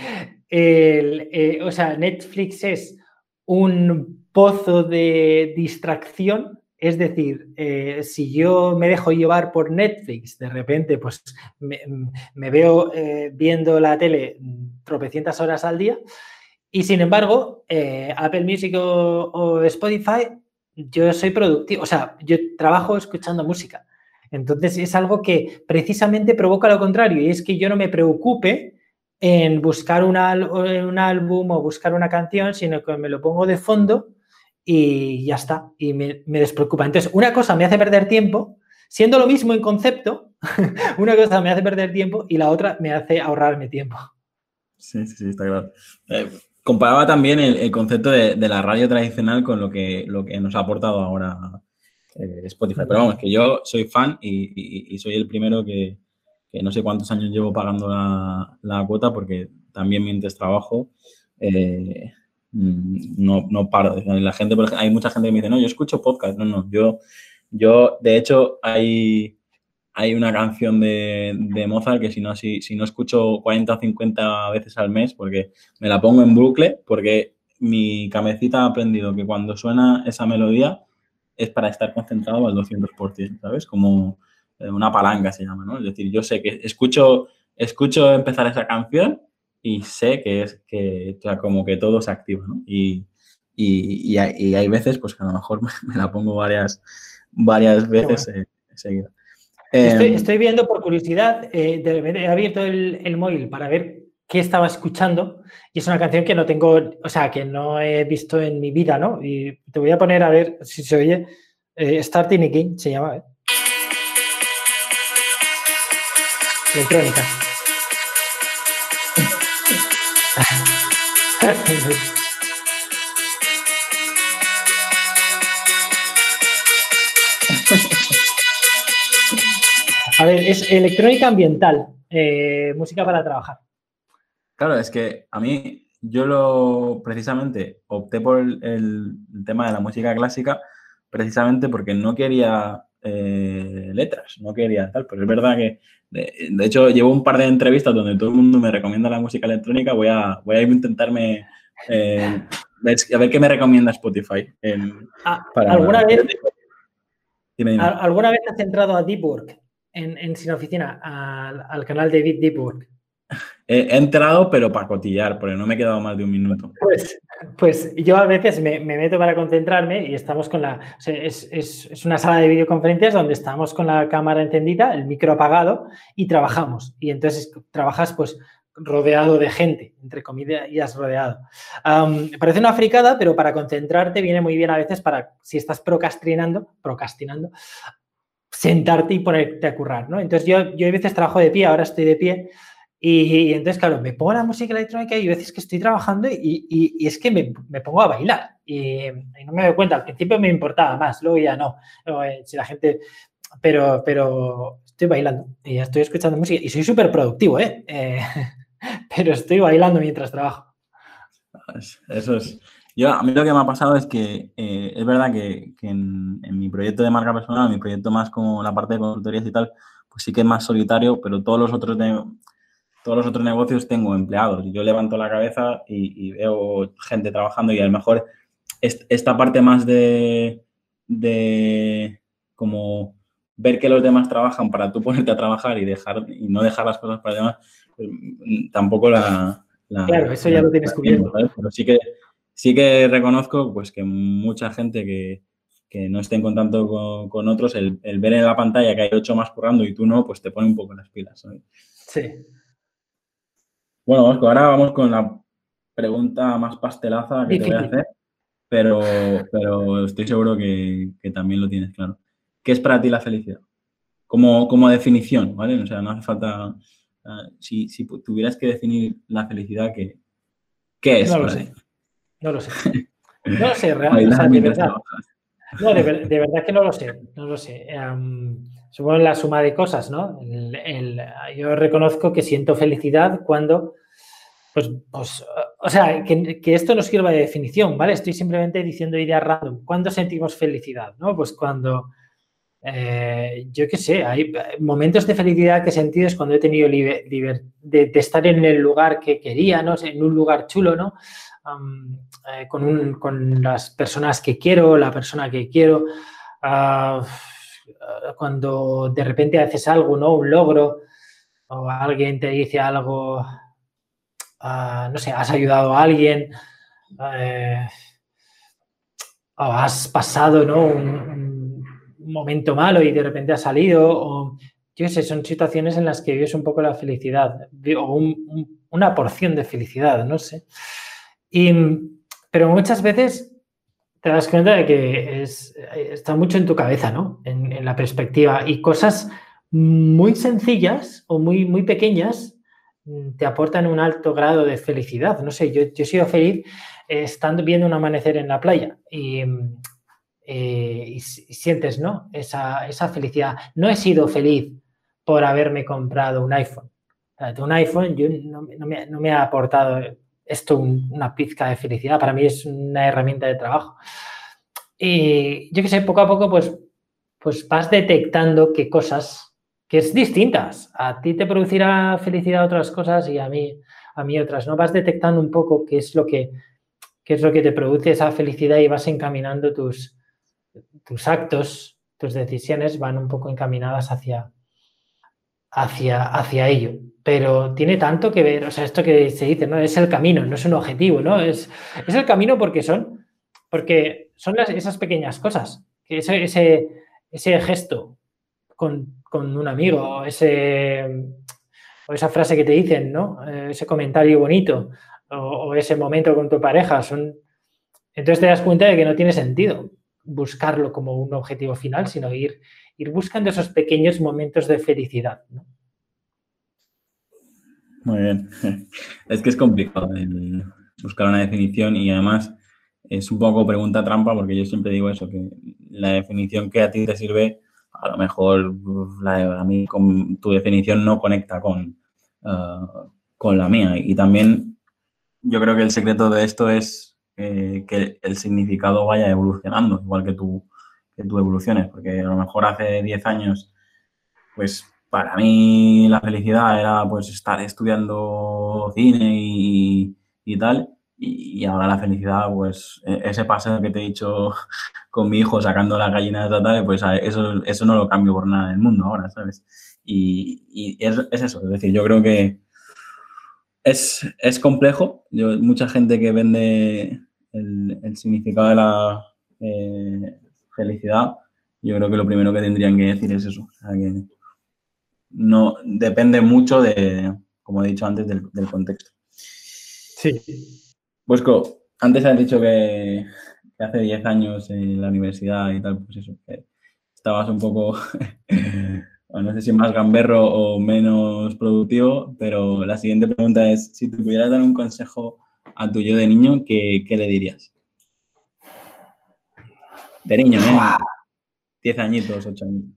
el, eh, o sea, Netflix es un pozo de distracción, es decir, eh, si yo me dejo llevar por Netflix, de repente, pues me, me veo eh, viendo la tele tropecientas horas al día, y sin embargo, eh, Apple Music o, o Spotify, yo soy productivo, o sea, yo trabajo escuchando música. Entonces es algo que precisamente provoca lo contrario, y es que yo no me preocupe en buscar un, un álbum o buscar una canción, sino que me lo pongo de fondo y ya está, y me, me despreocupa. Entonces, una cosa me hace perder tiempo, siendo lo mismo en concepto, una cosa me hace perder tiempo y la otra me hace ahorrarme tiempo. Sí, sí, sí, está claro. Eh, comparaba también el, el concepto de, de la radio tradicional con lo que, lo que nos ha aportado ahora eh, Spotify. Pero vamos, que yo soy fan y, y, y soy el primero que, que no sé cuántos años llevo pagando la, la cuota porque también mientras trabajo eh, no, no paro. La gente, por ejemplo, hay mucha gente que me dice, no, yo escucho podcast. No, no, yo, yo de hecho, hay... Hay una canción de, de Mozart que si no, si, si no escucho cuarenta o cincuenta veces al mes, porque me la pongo en bucle, porque mi cabecita ha aprendido que cuando suena esa melodía es para estar concentrado al doscientos por ciento, ¿sabes? Como una palanca se llama, ¿no? Es decir, yo sé que escucho, escucho empezar esa canción y sé que es que, o sea, como que todo se activa, ¿no? Y, y, y, hay, y hay veces pues que a lo mejor me la pongo varias, varias veces bueno. eh, seguidas. Estoy, Eh, estoy viendo por curiosidad, eh, de, he abierto el, el móvil para ver qué estaba escuchando y es una canción que no tengo, o sea, que no he visto en mi vida, ¿no? Y te voy a poner a ver si se oye. Eh, Starting Again se llama. ¿eh? Electrónica. A ver, es electrónica ambiental, eh, música para trabajar. Claro, es que a mí, yo lo precisamente opté por el, el tema de la música clásica precisamente porque no quería eh, letras, no quería tal, pero es verdad que, de, de, hecho, llevo un par de entrevistas donde todo el mundo me recomienda la música electrónica, voy a, voy a intentarme, eh, a ver qué me recomienda Spotify. En, para, ¿Alguna vez, dime, dime. ¿Alguna vez has entrado a Deep Work en, en Sin Oficina, al, al canal de Deep Work? He entrado, pero para cotillar, porque no me he quedado más de un minuto. Pues, pues yo a veces me, me meto para concentrarme y estamos con la... O sea, es, es, es una sala de videoconferencias donde estamos con la cámara encendida, el micro apagado y trabajamos. Y entonces trabajas pues rodeado de gente, entre comillas, rodeado. Um, parece una fricada, pero para concentrarte viene muy bien a veces para, si estás procrastinando, procrastinando, sentarte y ponerte a currar, ¿no? Entonces yo, yo a veces trabajo de pie, ahora estoy de pie. Y, y entonces, claro, me pongo la música electrónica y hay veces que estoy trabajando y, y, y es que me, me, pongo a bailar y, y no me doy cuenta. Al principio me importaba más, luego ya no. Luego, eh, si la gente... Pero, pero estoy bailando y estoy escuchando música y soy súper productivo, ¿eh? ¿eh? Pero estoy bailando mientras trabajo. Eso es... Yo, a mí lo que me ha pasado es que eh, es verdad que, que en, en mi proyecto de marca personal, mi proyecto más como la parte de consultorías y tal, pues sí que es más solitario, pero todos los otros de, todos los otros negocios tengo empleados. Yo levanto la cabeza y, y veo gente trabajando y a lo mejor est, esta parte más de, de como ver que los demás trabajan para tú ponerte a trabajar y dejar y no dejar las cosas para los demás, pues, tampoco la... La, claro, eso ya lo tienes cubierto. ¿sabes? Pero sí que, sí que reconozco pues, que mucha gente que, que no esté en contacto con, con otros, el, el ver en la pantalla que hay ocho más currando y tú no, pues te pone un poco las pilas, ¿sabes? Sí. Bueno, Bosco, ahora vamos con la pregunta más pastelaza que Difícil. te voy a hacer, pero, pero estoy seguro que, que también lo tienes claro. ¿Qué es para ti la felicidad? Como, como definición, ¿vale? O sea, no hace falta... Uh, si, si tuvieras que definir la felicidad, ¿qué, qué es no para lo ti? sé. No lo sé. No lo sé, realmente. O sea, de verdad. No, de, de, verdad que no lo sé. No lo sé. Um, supongo la suma de cosas, ¿no? El, el, yo reconozco que siento felicidad cuando, pues, pues o sea, que, que esto no sirva de definición, ¿vale? Estoy simplemente diciendo ideas random. ¿Cuándo sentimos felicidad? ¿No? Pues cuando... Eh, yo qué sé, hay momentos de felicidad que he sentido es cuando he tenido liber, liber, de, de estar en el lugar que quería, ¿no? En un lugar chulo, ¿no? Um, eh, con, un, con las personas que quiero, la persona que quiero. Uh, cuando de repente haces algo, ¿no? Un logro, o alguien te dice algo, uh, no sé, has ayudado a alguien, uh, o has pasado, ¿no? Un, un momento malo y de repente ha salido, o yo sé, son situaciones en las que vives un poco la felicidad, o un, un, una porción de felicidad, no sé. Y, pero muchas veces te das cuenta de que es, está mucho en tu cabeza, ¿no? En, en la perspectiva. Y cosas muy sencillas o muy, muy pequeñas te aportan un alto grado de felicidad. No sé, yo, yo he sido feliz eh, estando viendo un amanecer en la playa y... Eh, y, y sientes, ¿no? Esa, esa felicidad. No he sido feliz por haberme comprado un iPhone. Un iPhone yo, no, no, me, no me ha aportado esto un, una pizca de felicidad. Para mí es una herramienta de trabajo. Y yo qué sé, poco a poco, pues, pues vas detectando qué cosas, que es distintas. A ti te producirá felicidad otras cosas y a mí, a mí otras, ¿no? Vas detectando un poco qué es lo que, qué es lo que te produce esa felicidad y vas encaminando tus tus actos, tus decisiones van un poco encaminadas hacia, hacia, hacia ello. Pero tiene tanto que ver, o sea, esto que se dice, ¿no? Es el camino, no es un objetivo, ¿no? Es, es el camino porque son Porque son las, esas pequeñas cosas, que ese, ese, ese gesto con, con un amigo, ese, o esa frase que te dicen, ¿no? Ese comentario bonito o, o ese momento con tu pareja, son... Entonces te das cuenta de que no tiene sentido buscarlo como un objetivo final, sino ir, ir buscando esos pequeños momentos de felicidad, ¿no? Muy bien. Es que es complicado el buscar una definición y además es un poco pregunta trampa porque yo siempre digo eso, que la definición que a ti te sirve, a lo mejor la, a mí con, tu definición no conecta con, uh, con la mía. Y también yo creo que el secreto de esto es eh, que el significado vaya evolucionando, igual que tú, que tú evoluciones, porque a lo mejor hace diez años, pues para mí la felicidad era pues estar estudiando cine y, y tal, y, y ahora la felicidad, pues ese paseo que te he dicho con mi hijo sacando las gallinas de tal, pues eso, eso no lo cambio por nada del mundo ahora, ¿sabes? Y, y es, es eso, es decir, yo creo que es, es complejo. Yo, mucha gente que vende el, el significado de la eh, felicidad, yo creo que lo primero que tendrían que decir es eso. O sea, que no depende mucho de, como he dicho antes, del, del contexto. Sí. Bosco, antes has dicho que, que hace diez años en la universidad y tal, pues eso, que estabas un poco, no sé si más gamberro o menos productivo, pero la siguiente pregunta es, si te pudieras dar un consejo a tu yo de niño, ¿qué, qué le dirías? De niño, ¿eh? Diez añitos, ocho añitos.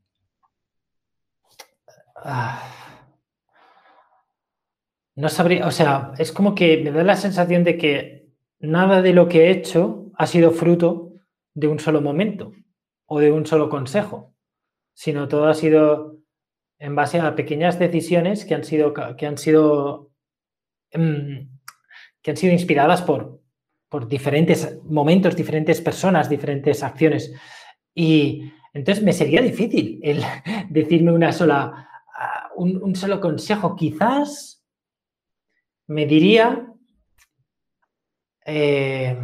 No sabría, o sea, es como que me da la sensación de que nada de lo que he hecho ha sido fruto de un solo momento o de un solo consejo, sino todo ha sido en base a pequeñas decisiones que han sido, que han sido, que han sido inspiradas por, por diferentes momentos, diferentes personas, diferentes acciones. Y entonces me sería difícil el decirme una sola, un, un solo consejo. Quizás me diría, eh,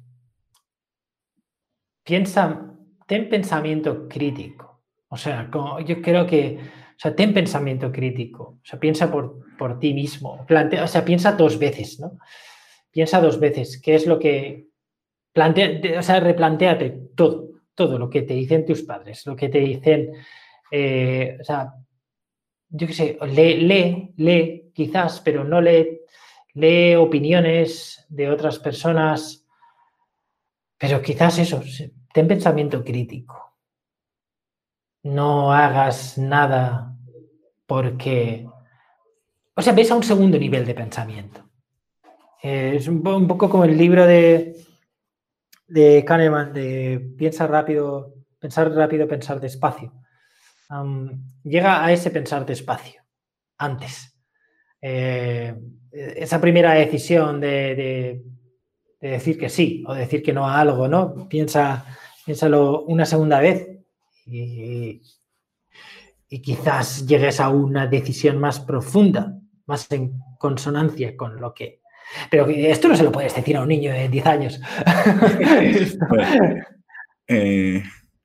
piensa, ten pensamiento crítico. O sea, como yo creo que, o sea, ten pensamiento crítico. O sea, piensa por, por ti mismo. Plantea, o sea, piensa dos veces, ¿no? Piensa dos veces qué es lo que... Plantea, o sea, replantéate todo, todo lo que te dicen tus padres, lo que te dicen, eh, o sea, yo qué sé, lee, lee, lee, quizás, pero no lee, lee opiniones de otras personas, pero quizás eso, ten pensamiento crítico. No hagas nada porque, o sea, ves a un segundo nivel de pensamiento. Eh, es un, un poco como el libro de de Kahneman, de piensa rápido, pensar rápido, pensar despacio. Um, llega a ese pensar despacio, antes. Eh, esa primera decisión de, de, de, decir que sí o decir que no a algo, ¿no? Piensa, piénsalo una segunda vez y, y quizás llegues a una decisión más profunda, más en consonancia con lo que... Pero esto no se lo puedes decir a un niño de diez años. Pues, eh,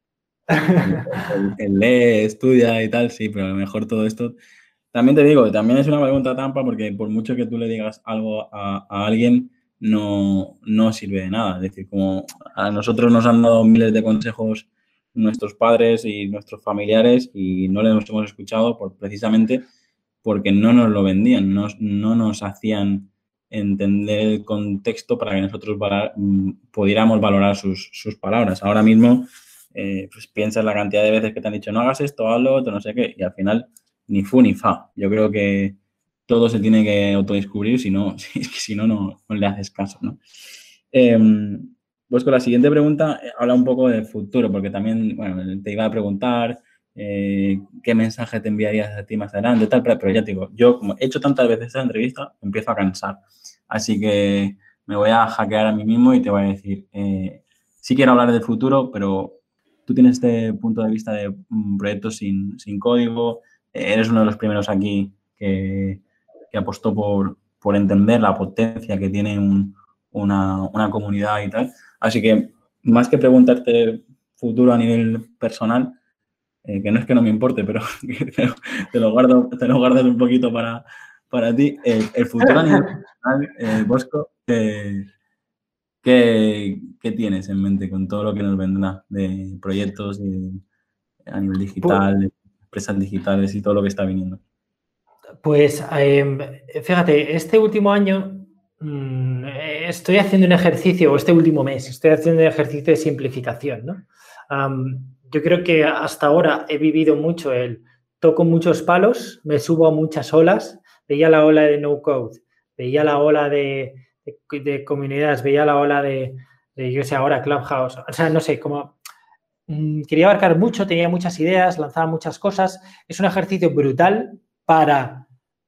el, el lee, estudia y tal, sí, pero a lo mejor todo esto... También te digo, también es una pregunta trampa porque por mucho que tú le digas algo a, a alguien, no, no sirve de nada. Es decir, como a nosotros nos han dado miles de consejos nuestros padres y nuestros familiares y no les hemos escuchado por, precisamente porque no nos lo vendían, no, no nos hacían entender el contexto para que nosotros valar, pudiéramos valorar sus, sus palabras. Ahora mismo, eh, pues piensa en la cantidad de veces que te han dicho no hagas esto, hazlo, otro, no sé qué, y al final ni fu ni fa. Yo creo que todo se tiene que autodescubrir, si no, si, si no, no, no le haces caso, ¿no? Eh, pues con la siguiente pregunta habla un poco del futuro, porque también, bueno, te iba a preguntar eh, qué mensaje te enviarías a ti más adelante, tal, pero, pero ya te digo, yo como he hecho tantas veces esta entrevista, empiezo a cansar. Así que me voy a hackear a mí mismo y te voy a decir, eh, sí quiero hablar del futuro, pero tú tienes este punto de vista de um, proyectos sin, sin código, eres uno de los primeros aquí que, que apostó por, por entender la potencia que tiene un, una, una comunidad y tal. Así que más que preguntarte futuro a nivel personal, eh, que no es que no me importe, pero te lo, te lo guardo, te lo guardas un poquito para, para ti. El, el futuro a nivel personal, eh, Bosco, eh, ¿qué, qué tienes en mente con todo lo que nos vendrá de proyectos y a nivel Pu- digital, de empresas digitales y todo lo que está viniendo? Pues eh, fíjate, este último año mmm, estoy haciendo un ejercicio, o este último mes, estoy haciendo un ejercicio de simplificación, ¿no? Um, yo creo que hasta ahora he vivido mucho el toco muchos palos, me subo a muchas olas, veía la ola de no code, veía la ola de, de, de comunidades, veía la ola de, de, yo sé, ahora Clubhouse, o sea, no sé, como mmm, quería abarcar mucho, tenía muchas ideas, lanzaba muchas cosas, es un ejercicio brutal para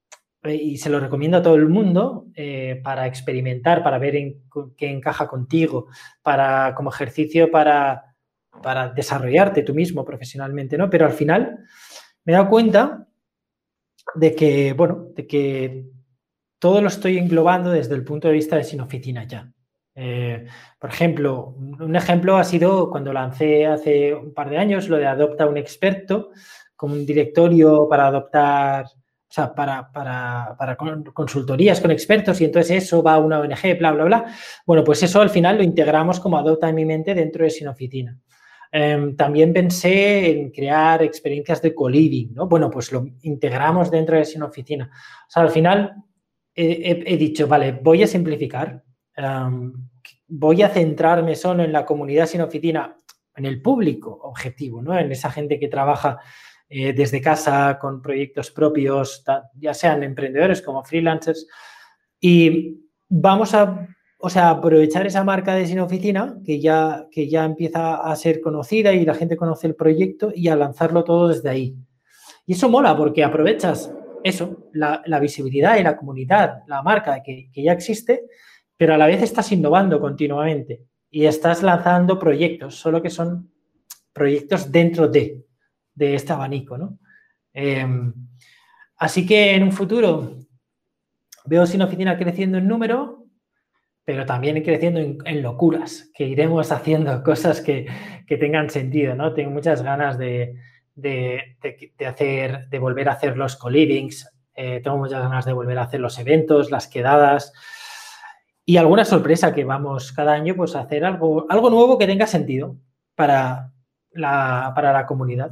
y se lo recomiendo a todo el mundo eh, para experimentar, para ver en qué encaja contigo, para como ejercicio para, para desarrollarte tú mismo profesionalmente, ¿no? Pero al final me he dado cuenta de que, bueno, de que todo lo estoy englobando desde el punto de vista de sin oficina ya. Eh, por ejemplo, un ejemplo ha sido cuando lancé hace un par de años lo de Adopta un experto, con un directorio para adoptar, o sea, para, para, para consultorías con expertos y entonces eso va a una O N G, bla, bla, bla. Bueno, pues eso al final lo integramos como Adopta en mi mente dentro de Sin Oficina. Eh, también pensé en crear experiencias de co-living, ¿no? Bueno, pues lo integramos dentro de Sin Oficina. O sea, al final he, he dicho, vale, voy a simplificar, um, voy a centrarme solo en la comunidad Sin Oficina, en el público objetivo, ¿no? En esa gente que trabaja eh, desde casa con proyectos propios, ya sean emprendedores como freelancers, y vamos a, o sea, aprovechar esa marca de Sin Oficina que ya, que ya empieza a ser conocida y la gente conoce el proyecto y a lanzarlo todo desde ahí. Y eso mola porque aprovechas eso, la, la visibilidad y la comunidad, la marca que, que, ya existe, pero a la vez estás innovando continuamente y estás lanzando proyectos, solo que son proyectos dentro de, de este abanico, ¿no? Eh, así que en un futuro veo Sin Oficina creciendo en número, pero también creciendo en, en locuras, que iremos haciendo cosas que, que tengan sentido, ¿no? Tengo muchas ganas de, de, de, de hacer, de volver a hacer los co-livings, eh, tengo muchas ganas de volver a hacer los eventos, las quedadas y alguna sorpresa que vamos cada año pues a hacer algo, algo nuevo que tenga sentido para la, para la comunidad.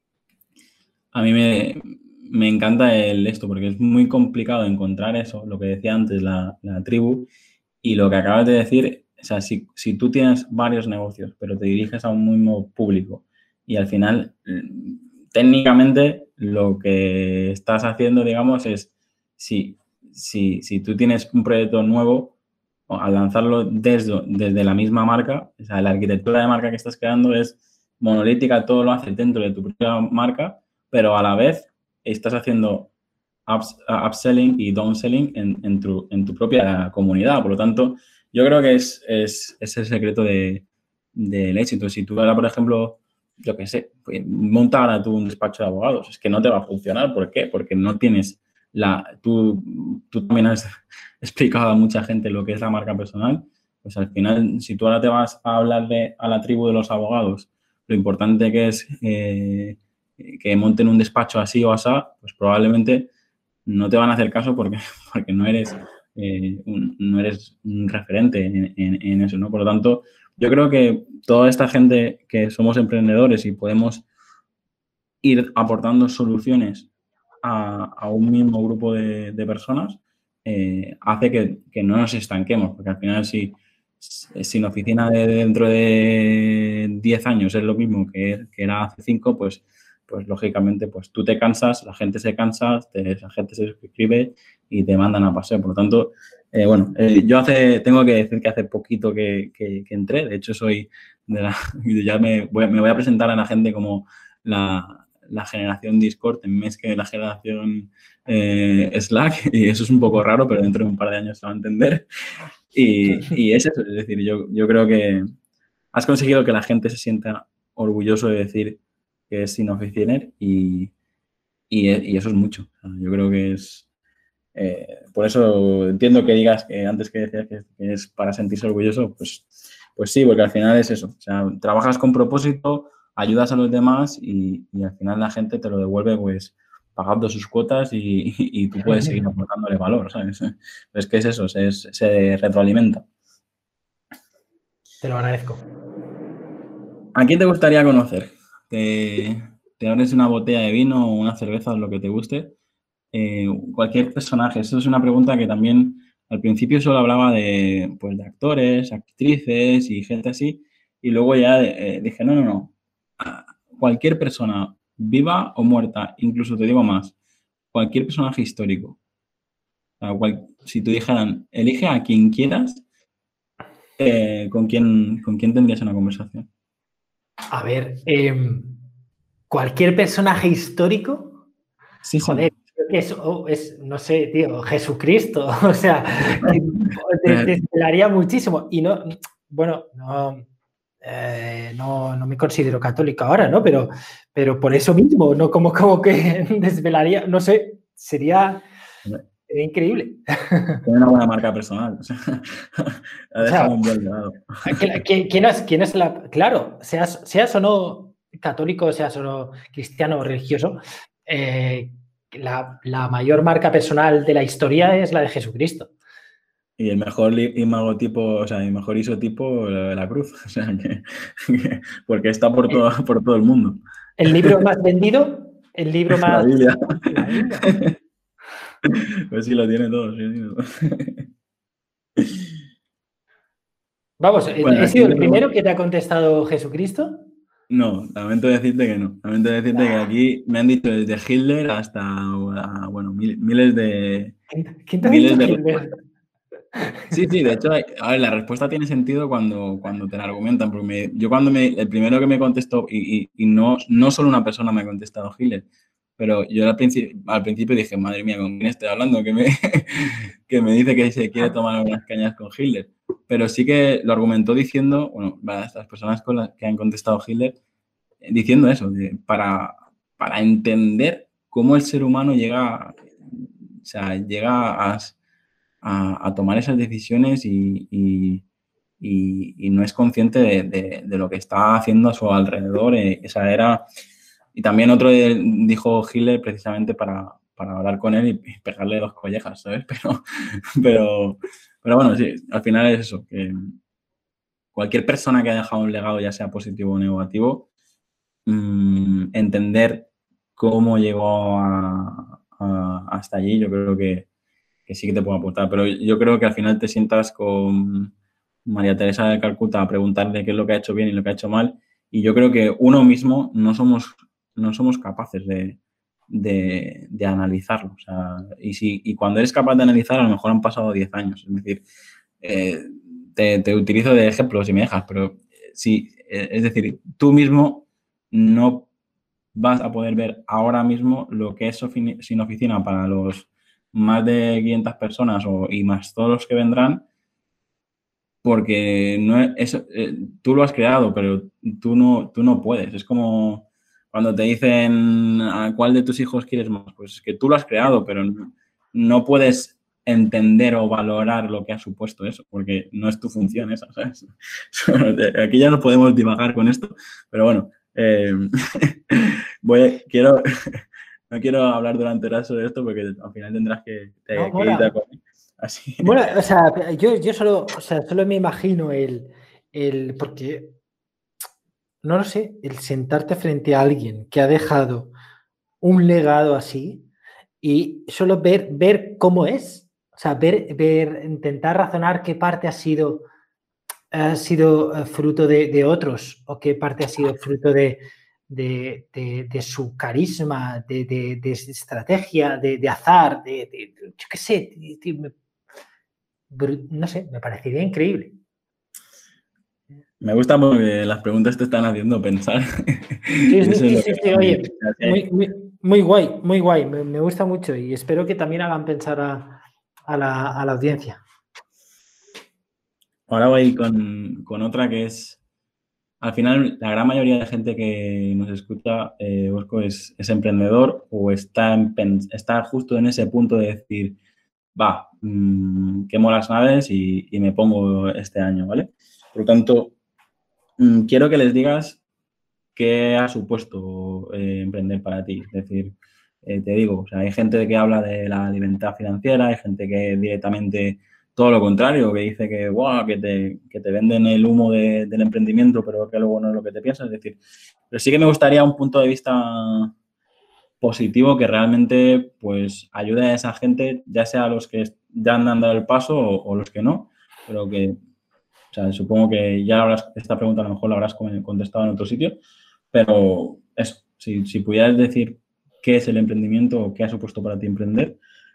A mí me, me encanta el esto porque es muy complicado encontrar eso, lo que decía antes, la, la tribu, y lo que acabas de decir, o sea, si, si tú tienes varios negocios, pero te diriges a un mismo público y al final, técnicamente, lo que estás haciendo, digamos, es, si, si, si tú tienes un proyecto nuevo, al lanzarlo desde, desde la misma marca, o sea, la arquitectura de marca que estás creando es monolítica, todo lo haces dentro de tu propia marca, pero a la vez estás haciendo ups, upselling y downselling en, en, tu, en tu propia comunidad. Por lo tanto, yo creo que es, es, es el secreto de, del éxito. Si tú ahora, por ejemplo, yo qué sé, pues, monta ahora tú un despacho de abogados, es que no te va a funcionar. ¿Por qué? Porque no tienes la... Tú, tú también has explicado a mucha gente lo que es la marca personal. Pues al final, si tú ahora te vas a hablar de, a la tribu de los abogados, lo importante que es eh, que monten un despacho así o asá, pues probablemente no te van a hacer caso porque, porque no eres eh, un, no eres un referente en, en, en eso, ¿no? Por lo tanto, yo creo que toda esta gente que somos emprendedores y podemos ir aportando soluciones a, a un mismo grupo de, de personas, eh, hace que, que no nos estanquemos, porque al final si, si la oficina de dentro de diez años es lo mismo que, que era hace cinco, pues, pues lógicamente pues tú te cansas, la gente se cansa, te, la gente se suscribe y te mandan a paseo. Por lo tanto, eh, bueno, eh, yo hace, tengo que decir que hace poquito que, que, que entré, de hecho soy de la, ya me voy, me voy a presentar a la gente como la, la generación Discord en vez que la generación eh, Slack, y eso es un poco raro, pero dentro de un par de años se va a entender. Y, y es eso, es decir, yo, yo creo que has conseguido que la gente se sienta orgulloso de decir que es Sin Oficiner y, y, y eso es mucho. O sea, yo creo que es... Eh, por eso entiendo que digas que antes que decías que, que es para sentirse orgulloso, pues Pues sí, porque al final es eso. O sea, trabajas con propósito, ayudas a los demás y, y al final la gente te lo devuelve pues pagando sus cuotas y, y, y tú puedes seguir aportándole valor, ¿sabes? Es que es eso, se, se retroalimenta. Te lo agradezco. ¿A quién te gustaría conocer? Te, te abres una botella de vino o una cerveza, lo que te guste. Eh, cualquier personaje. Eso es una pregunta que también al principio solo hablaba de, pues, de actores, actrices y gente así. Y luego ya eh, dije, no, no, no. A cualquier persona, viva o muerta, incluso te digo más, cualquier personaje histórico. O sea, cual- si te dijeran, elige a quien quieras, eh, ¿con quién, con quién tendrías una conversación? A ver, eh, cualquier personaje histórico, Sí, sí. joder, creo que es, oh, es, no sé, tío, Jesucristo, o sea, que te desvelaría muchísimo. Y no, bueno, no, eh, no, no me considero católico ahora, ¿no? Pero, pero por eso mismo, no como, como que desvelaría, no sé, sería, sería increíble. Tiene una buena marca personal. O sea, ha O sea, dejado un buen legado. ¿quién, quién es, quién es la...? Claro, seas, seas o no católico, seas o no cristiano o religioso, eh, la, la mayor marca personal de la historia es la de Jesucristo. Y el mejor imagotipo, o sea, el mejor isotipo, la, la cruz. O sea, que, que, porque está por todo, por todo el mundo. El libro más vendido, el libro La más... Biblia. La Biblia. Pues sí, lo tiene todo. Sí, tiene todo. Vamos, Bueno, ¿he aquí sido te el pregunto. primero que te ha contestado Jesucristo? No, lamento decirte que no. Lamento decirte que aquí me han dicho desde Hitler hasta, bueno, miles de, ¿Quién te ha dicho miles de Gilbert? respuestas. Sí, sí, de hecho, hay- a ver, la respuesta tiene sentido cuando, cuando te la argumentan, porque me- yo cuando me, el primero que me contestó, y, y- y no, no solo una persona me ha contestado Hitler, pero yo al principio, al principio dije, madre mía, ¿con quién estoy hablando? Que me, que me dice que se quiere tomar unas cañas con Hitler. Pero sí que lo argumentó diciendo, bueno, las las personas con las que han contestado Hitler, eh, diciendo eso, de- para, para entender cómo el ser humano llega, o sea, llega a a, a tomar esas decisiones y, y, y, y no es consciente de, de, de, lo que está haciendo a su alrededor. Eh, esa era... Y también otro de, dijo Hitler precisamente para, para hablar con él y, y pegarle dos collejas, ¿sabes? Pero, pero, pero bueno, sí, al final es eso, que cualquier persona que haya dejado un legado, ya sea positivo o negativo, mmm, entender cómo llegó a, a, hasta allí, yo creo que, que sí que te puedo aportar, pero yo creo que al final te sientas con María Teresa de Calcuta a preguntarle qué es lo que ha hecho bien y lo que ha hecho mal, y yo creo que uno mismo no somos, no somos capaces de, de, de analizarlo. O sea, y, si, y cuando eres capaz de analizar, a lo mejor han pasado diez años. Es decir, eh, te, te utilizo de ejemplo si me dejas, pero sí, eh, es decir, tú mismo no vas a poder ver ahora mismo lo que es sin oficina para los más de quinientas personas o, y más todos los que vendrán, porque no es, eso, eh, tú lo has creado, pero tú no, tú no puedes. Es como cuando te dicen a cuál de tus hijos quieres más, pues es que tú lo has creado, pero no, no puedes entender o valorar lo que ha supuesto eso, porque no es tu función esa, ¿sabes? Aquí ya no podemos divagar con esto, pero bueno, eh, voy a, quiero, no quiero hablar durante horas de esto porque al final tendrás que, No, que, que irte a mola. comer. Así. Bueno, o sea, yo, yo solo, o sea, solo me imagino el, el, porque, no lo sé, el sentarte frente a alguien que ha dejado un legado así y solo ver, ver cómo es, o sea, ver, ver, intentar razonar qué parte ha sido, ha sido eh, fruto de, de otros o qué parte ha sido fruto de, de, de, de su carisma, de, de, de estrategia, de, de azar, de, de, yo qué sé, no sé, me parecería increíble. Me gusta porque las preguntas te están haciendo pensar. Sí, Y sí, eso es sí, lo sí, que sí, a mí. oye, muy, muy, muy guay, muy guay, me, me, gusta mucho y espero que también hagan pensar a, a, la, a la audiencia. Ahora voy con, con otra que es, al final, la gran mayoría de gente que nos escucha, eh, Bosco, es, es emprendedor o está, en, está justo en ese punto de decir, va, mmm, quemo las naves y, y me pongo este año, ¿vale? Por lo tanto, mmm, quiero que les digas qué ha supuesto eh, emprender para ti. Es decir, eh, te digo, o sea, hay gente que habla de la libertad financiera, hay gente que directamente todo lo contrario, que dice que, wow, que, te, que te venden el humo de, del emprendimiento, pero que luego no es lo que te piensas. Es decir, pero sí que me gustaría un punto de vista positivo que realmente pues ayude a esa gente, ya sea a los que ya han dado el paso o, o los que no, pero que, o sea, supongo que ya habrás, esta pregunta a lo mejor la habrás contestado en otro sitio, pero eso, si, si pudieras decir qué es el emprendimiento o qué ha supuesto para ti emprender.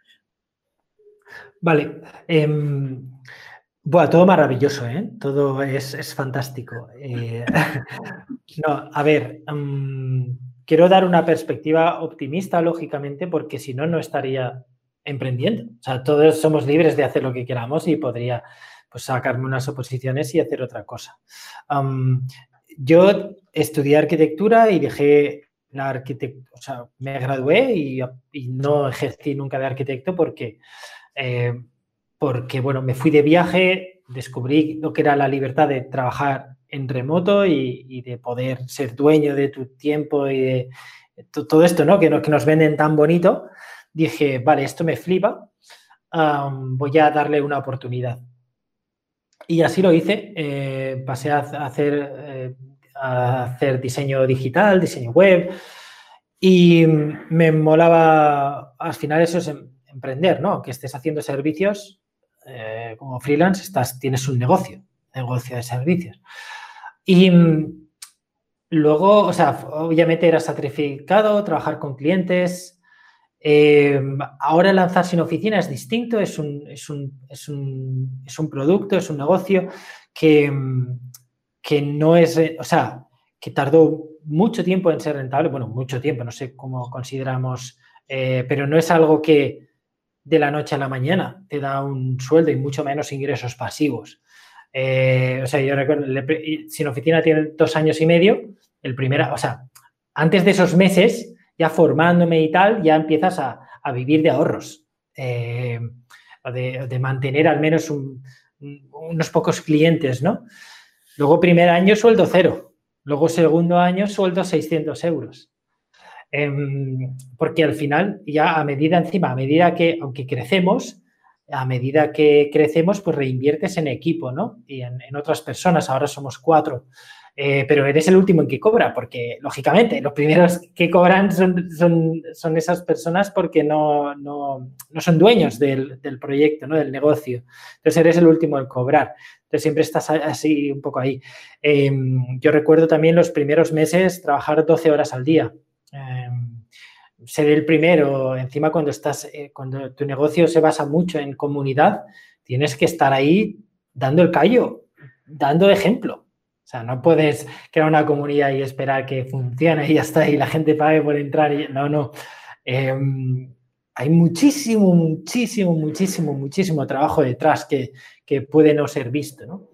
Vale. Eh, bueno, todo maravilloso, ¿eh? Todo es, es fantástico. Eh, no, a ver, um, quiero dar una perspectiva optimista, lógicamente, porque si no, no estaría emprendiendo. O sea, todos somos libres de hacer lo que queramos y podría pues, sacarme unas oposiciones y hacer otra cosa. Um, yo estudié arquitectura y dejé la arquitectura, o sea, me gradué y, y no ejercí nunca de arquitecto porque... Eh, porque, bueno, me fui de viaje, descubrí lo que era la libertad de trabajar en remoto y, y de poder ser dueño de tu tiempo y de todo esto, ¿no? Que, que nos venden tan bonito. Dije, vale, esto me flipa, um, voy a darle una oportunidad. Y así lo hice. Eh, pasé a hacer, eh, a hacer diseño digital, diseño web y me molaba, al final eso es emprender, ¿no? Que estés haciendo servicios eh, como freelance, estás, tienes un negocio, negocio de servicios. Y mm, luego, o sea, obviamente era sacrificado, trabajar con clientes. Eh, ahora lanzarse en oficina es distinto, es un, es un, es un, es un producto, es un negocio que, que no es, o sea, que tardó mucho tiempo en ser rentable, bueno, mucho tiempo, no sé cómo consideramos, eh, pero no es algo que de la noche a la mañana te da un sueldo y mucho menos ingresos pasivos. Eh, o sea, yo recuerdo, Sin Oficina tiene dos años y medio, el primero, o sea, antes de esos meses, ya formándome y tal, ya empiezas a, a vivir de ahorros, eh, de, de, mantener al menos un, unos pocos clientes, ¿no? Luego, primer año, sueldo cero. Luego, segundo año, sueldo seiscientos euros. Eh, porque al final, ya a medida encima, a medida que, aunque crecemos, a medida que crecemos, pues reinviertes en equipo, ¿no? Y en, en otras personas. Ahora somos cuatro. Eh, pero eres el último en que cobra, porque, lógicamente, los primeros que cobran son, son, son esas personas porque no, no, no son dueños del, del proyecto, ¿no? Del negocio. Entonces, eres el último en cobrar. Entonces, siempre estás así, un poco ahí. Eh, yo recuerdo también los primeros meses trabajar doce horas al día. Eh, ser el primero, encima cuando estás, eh, cuando tu negocio se basa mucho en comunidad, tienes que estar ahí dando el callo, dando ejemplo. O sea, no puedes crear una comunidad y esperar que funcione y ya está, y la gente pague por entrar. Y... No, no. Eh, hay muchísimo, muchísimo, muchísimo, muchísimo trabajo detrás que, que puede no ser visto, ¿no?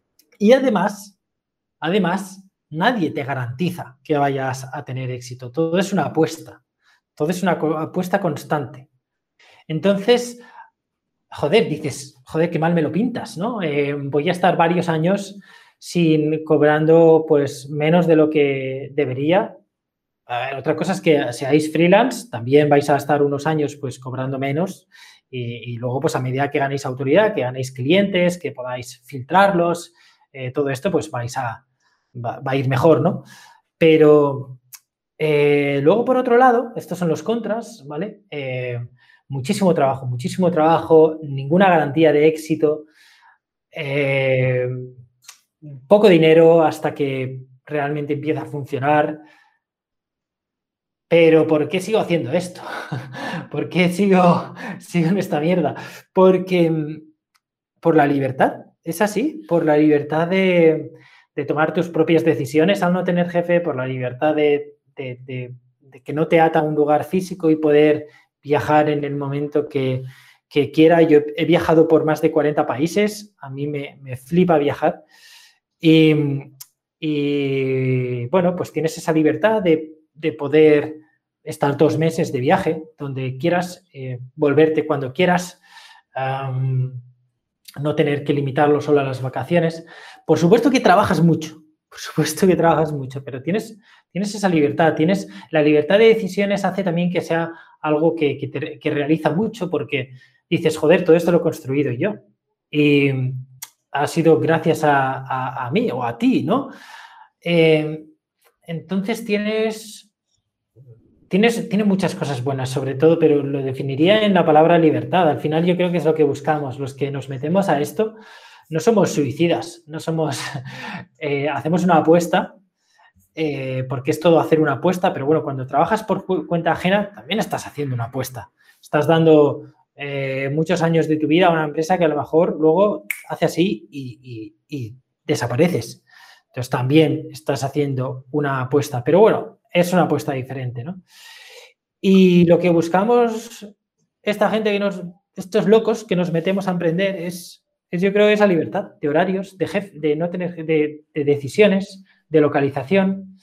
Y además, además, nadie te garantiza que vayas a tener éxito. Todo es una apuesta. Todo es una apuesta constante. Entonces, joder, dices, joder, qué mal me lo pintas, ¿no? Eh, voy a estar varios años sin cobrando pues menos de lo que debería. Eh, otra cosa es que seáis freelance, también vais a estar unos años pues cobrando menos y, y luego pues a medida que ganéis autoridad, que ganéis clientes, que podáis filtrarlos, eh, todo esto pues vais a, va, va a ir mejor, ¿no? Pero eh, luego por otro lado, estos son los contras, ¿vale? Eh, muchísimo trabajo, muchísimo trabajo, ninguna garantía de éxito. Eh, poco dinero hasta que realmente empieza a funcionar. Pero ¿por qué sigo haciendo esto? ¿Por qué sigo, sigo en esta mierda? Porque por la libertad, es así, por la libertad de, de tomar tus propias decisiones al no tener jefe, por la libertad de, de, de, de que no te ata a un lugar físico y poder viajar en el momento que, que quiera. Yo he viajado por más de cuarenta países, a mí me, me flipa viajar. Y, y, bueno, pues tienes esa libertad de, de poder estar dos meses de viaje donde quieras, eh, volverte cuando quieras. Um, no tener que limitarlo solo a las vacaciones. Por supuesto que trabajas mucho, por supuesto que trabajas mucho, pero tienes, tienes esa libertad, tienes la libertad de decisiones hace también que sea algo que, que, te, que realiza mucho porque dices, joder, todo esto lo he construido yo y ha sido gracias a, a, a mí o a ti, ¿no? Eh, entonces tienes... Tienes, tiene muchas cosas buenas, sobre todo, pero lo definiría en la palabra libertad. Al final yo creo que es lo que buscamos. Los que nos metemos a esto no somos suicidas, no somos... Eh, hacemos una apuesta, eh, porque es todo hacer una apuesta, pero bueno, cuando trabajas por cu cuenta ajena también estás haciendo una apuesta. Estás dando eh, muchos años de tu vida a una empresa que a lo mejor luego hace así y, y, y desapareces. Entonces también estás haciendo una apuesta, pero bueno, es una apuesta diferente, ¿no? Y lo que buscamos esta gente que nos, estos locos que nos metemos a emprender es, es yo creo, esa libertad de horarios, de, jefe, de no tener de, de decisiones, de localización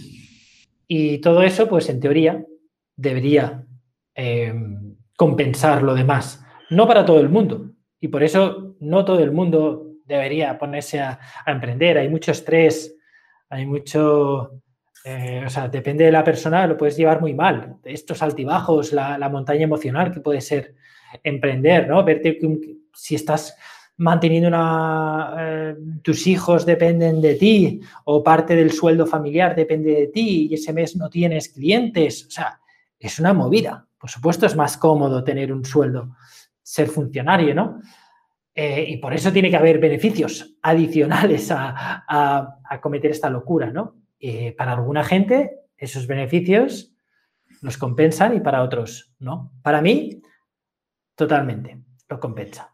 y todo eso, pues en teoría debería eh, compensar lo demás. No para todo el mundo y por eso no todo el mundo debería ponerse a, a emprender. Hay mucho estrés, hay mucho... Eh, o sea, depende de la persona, lo puedes llevar muy mal. Estos altibajos, la, la montaña emocional que puede ser emprender, ¿no? Verte que, si estás manteniendo una... Eh, tus hijos dependen de ti o parte del sueldo familiar depende de ti y ese mes no tienes clientes. O sea, es una movida. Por supuesto es más cómodo tener un sueldo, ser funcionario, ¿no? Eh, y por eso tiene que haber beneficios adicionales a, a, a cometer esta locura, ¿no? Eh, para alguna gente esos beneficios los compensan y para otros no. Para mí, totalmente, lo compensa.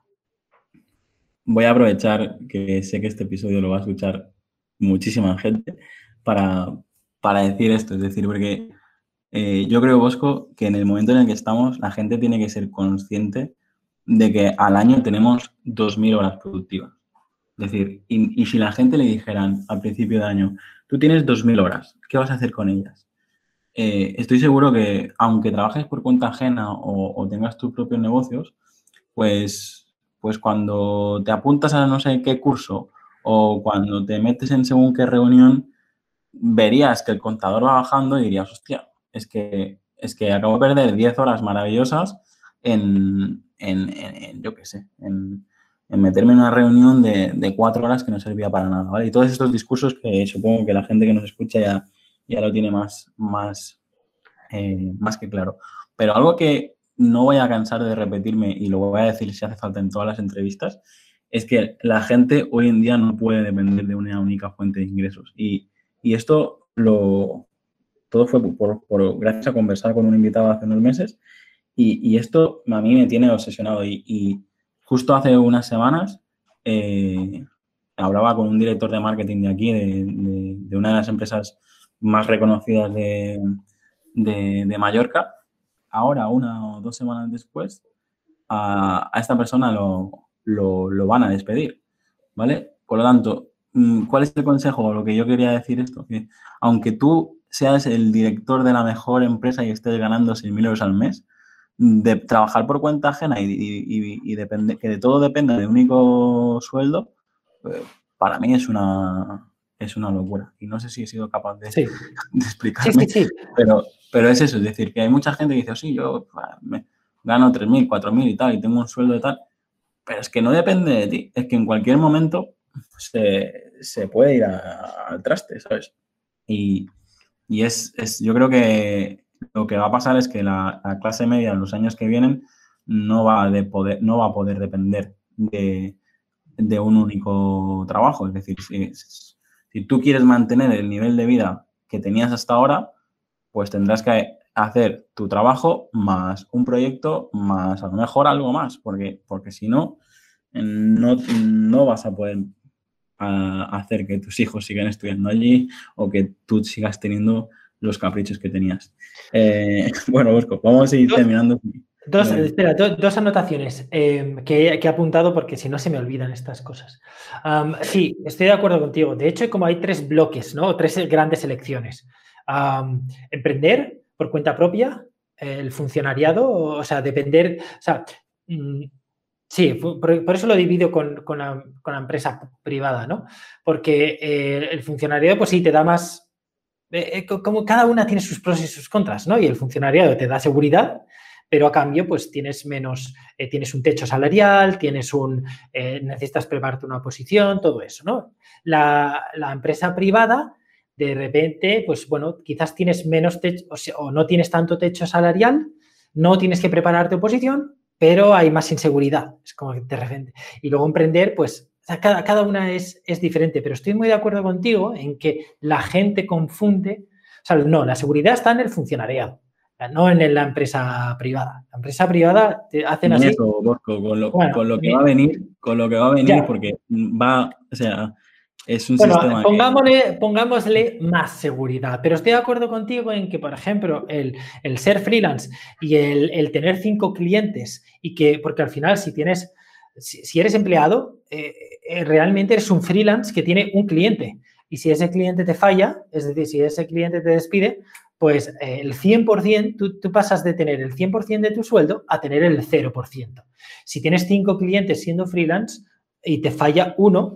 Voy a aprovechar que sé que este episodio lo va a escuchar muchísima gente para, para decir esto. Es decir, porque eh, yo creo, Bosco, que en el momento en el que estamos, la gente tiene que ser consciente de que al año tenemos dos mil horas productivas. Es decir, y, y si la gente le dijeran al principio de año, tú tienes dos mil horas, ¿qué vas a hacer con ellas? Eh, estoy seguro que aunque trabajes por cuenta ajena o, o tengas tus propios negocios, pues, pues cuando te apuntas a no sé qué curso o cuando te metes en según qué reunión, verías que el contador va bajando y dirías, hostia, es que, es que acabo de perder diez horas maravillosas en, en, en, en yo qué sé, en, en meterme en una reunión de, de cuatro horas que no servía para nada, ¿vale? Y todos estos discursos que supongo que la gente que nos escucha ya, ya lo tiene más, más, eh, más que claro. Pero algo que no voy a cansar de repetirme y lo voy a decir si hace falta en todas las entrevistas, es que la gente hoy en día no puede depender de una única fuente de ingresos. Y, y esto lo... Todo fue por, por, gracias a conversar con un invitado hace unos meses y, y esto a mí me tiene obsesionado y, y justo hace unas semanas eh, hablaba con un director de marketing de aquí, de, de, de una de las empresas más reconocidas de, de, de Mallorca. Ahora, una o dos semanas después, a, a esta persona lo, lo, lo van a despedir, ¿vale? Por lo tanto, ¿cuál es el consejo o lo que yo quería decir esto? Que aunque tú seas el director de la mejor empresa y estés ganando seis mil euros al mes, de trabajar por cuenta ajena y, y, y, y depende, que de todo dependa de un único sueldo, eh, para mí es una, es una locura. Y no sé si he sido capaz de, sí. de explicarme, sí, sí, sí. Pero, pero es eso, es decir, que hay mucha gente que dice, oh, sí, yo me gano tres mil, cuatro mil y tal, y tengo un sueldo de tal, pero es que no depende de ti, es que en cualquier momento se, se puede ir a, al traste, ¿sabes? Y, y es, es, yo creo que lo que va a pasar es que la, la clase media en los años que vienen no va, de poder, no va a poder depender de, de un único trabajo. Es decir, si, si tú quieres mantener el nivel de vida que tenías hasta ahora, pues tendrás que hacer tu trabajo más un proyecto más a lo mejor algo más, porque, porque si no, no, no vas a poder a hacer que tus hijos sigan estudiando allí o que tú sigas teniendo los caprichos que tenías. Eh, bueno, Bosco, vamos a ir dos, terminando. Dos, espera, do, dos anotaciones eh, que, que he apuntado porque si no se me olvidan estas cosas. Um, sí, estoy de acuerdo contigo. De hecho, como hay tres bloques, ¿no? Tres grandes elecciones. Um, emprender por cuenta propia, el funcionariado, o sea, depender, o sea, Sí, por, por eso lo divido con, con, la, con la empresa privada, ¿no? Porque eh, el funcionariado, pues sí, te da más, eh, como cada una tiene sus pros y sus contras, ¿no? Y el funcionariado te da seguridad, pero a cambio, pues tienes menos, eh, tienes un techo salarial, tienes un, eh, necesitas prepararte una posición, todo eso, ¿no? La, la empresa privada, de repente, pues bueno, quizás tienes menos techo, o, sea, o no tienes tanto techo salarial, no tienes que prepararte oposición, pero hay más inseguridad. Es como que de repente. Y luego emprender, pues o sea, cada, cada, una es, es diferente, pero estoy muy de acuerdo contigo en que la gente confunde. O sea, no, la seguridad está en el funcionariado, no en la empresa privada. La empresa privada te hacen Ni así. eso, Bosco, con lo, Bueno, con lo que va a ni, venir, con lo que va a venir, ya. porque va, o sea, es un Bueno, sistema que... pongámosle, pongámosle más seguridad, pero estoy de acuerdo contigo en que, por ejemplo, el, el ser freelance y el, el, tener cinco clientes y que, porque al final si tienes, si, si eres empleado, eh, eh, realmente eres un freelance que tiene un cliente y si ese cliente te falla, es decir, si ese cliente te despide, pues eh, el cien por ciento, tú, tú pasas de tener el cien por ciento de tu sueldo a tener el cero por ciento. Si tienes cinco clientes siendo freelance y te falla uno,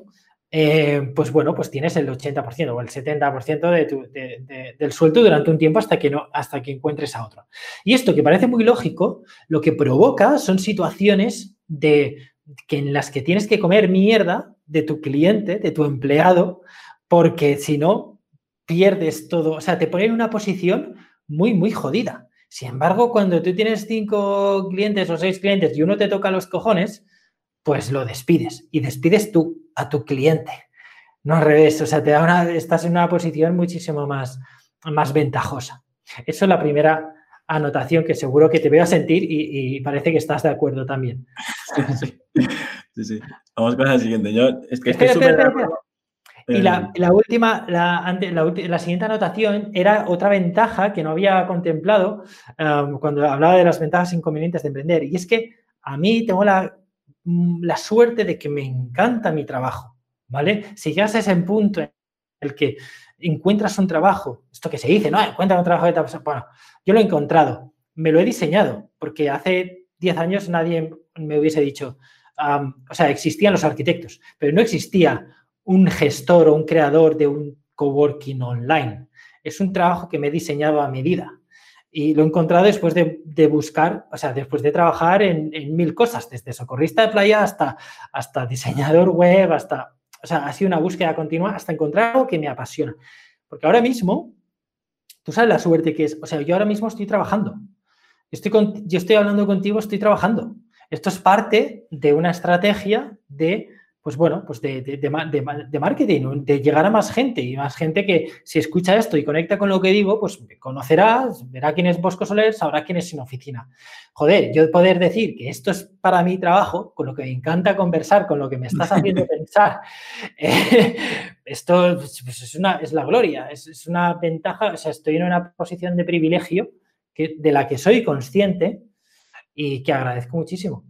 Eh, pues bueno, pues tienes el ochenta por ciento o el setenta por ciento de tu, de, de, del sueldo durante un tiempo hasta que, no, hasta que encuentres a otro. Y esto que parece muy lógico, lo que provoca son situaciones de, que en las que tienes que comer mierda de tu cliente, de tu empleado, porque si no, pierdes todo. O sea, te pone en una posición muy, muy jodida. Sin embargo, cuando tú tienes cinco clientes o seis clientes y uno te toca los cojones, pues lo despides y despides tú a tu cliente, no al revés, o sea, te da una, estás en una posición muchísimo más, más ventajosa. Eso es la primera anotación que seguro que te veo a sentir y, y parece que estás de acuerdo también. Sí, sí, sí. Vamos con la siguiente. Yo es que estoy Espera, espera, súper de espera, espera. acuerdo. Y Eh, la, la última, la, ante, la, la, siguiente anotación era otra ventaja que no había contemplado um, cuando hablaba de las ventajas e inconvenientes de emprender. Y es que a mí tengo la, la suerte de que me encanta mi trabajo, ¿vale? Si llegas a ese punto en el que encuentras un trabajo, esto que se dice, no, encuentra un trabajo de tal persona. Bueno, yo lo he encontrado, me lo he diseñado, porque hace diez años nadie me hubiese dicho, um, o sea, existían los arquitectos, pero no existía un gestor o un creador de un coworking online. Es un trabajo que me he diseñado a medida. Y lo he encontrado después de, de buscar, o sea, después de trabajar en, en, mil cosas, desde socorrista de playa hasta, hasta diseñador web, hasta, o sea, ha sido una búsqueda continua hasta encontrar algo que me apasiona. Porque ahora mismo, tú sabes la suerte que es, o sea, yo ahora mismo estoy trabajando. Estoy con, yo estoy hablando contigo, estoy trabajando. Esto es parte de una estrategia de, pues bueno, pues de, de, de, de marketing, de llegar a más gente y más gente que si escucha esto y conecta con lo que digo, pues me conocerá, verá quién es Bosco Soler, sabrá quién es Sin Oficina. Joder, yo poder decir que esto es para mi trabajo, con lo que me encanta conversar, con lo que me estás haciendo pensar, eh, esto pues es, una, es la gloria, es, es una ventaja, o sea, estoy en una posición de privilegio que, de la que soy consciente y que agradezco muchísimo.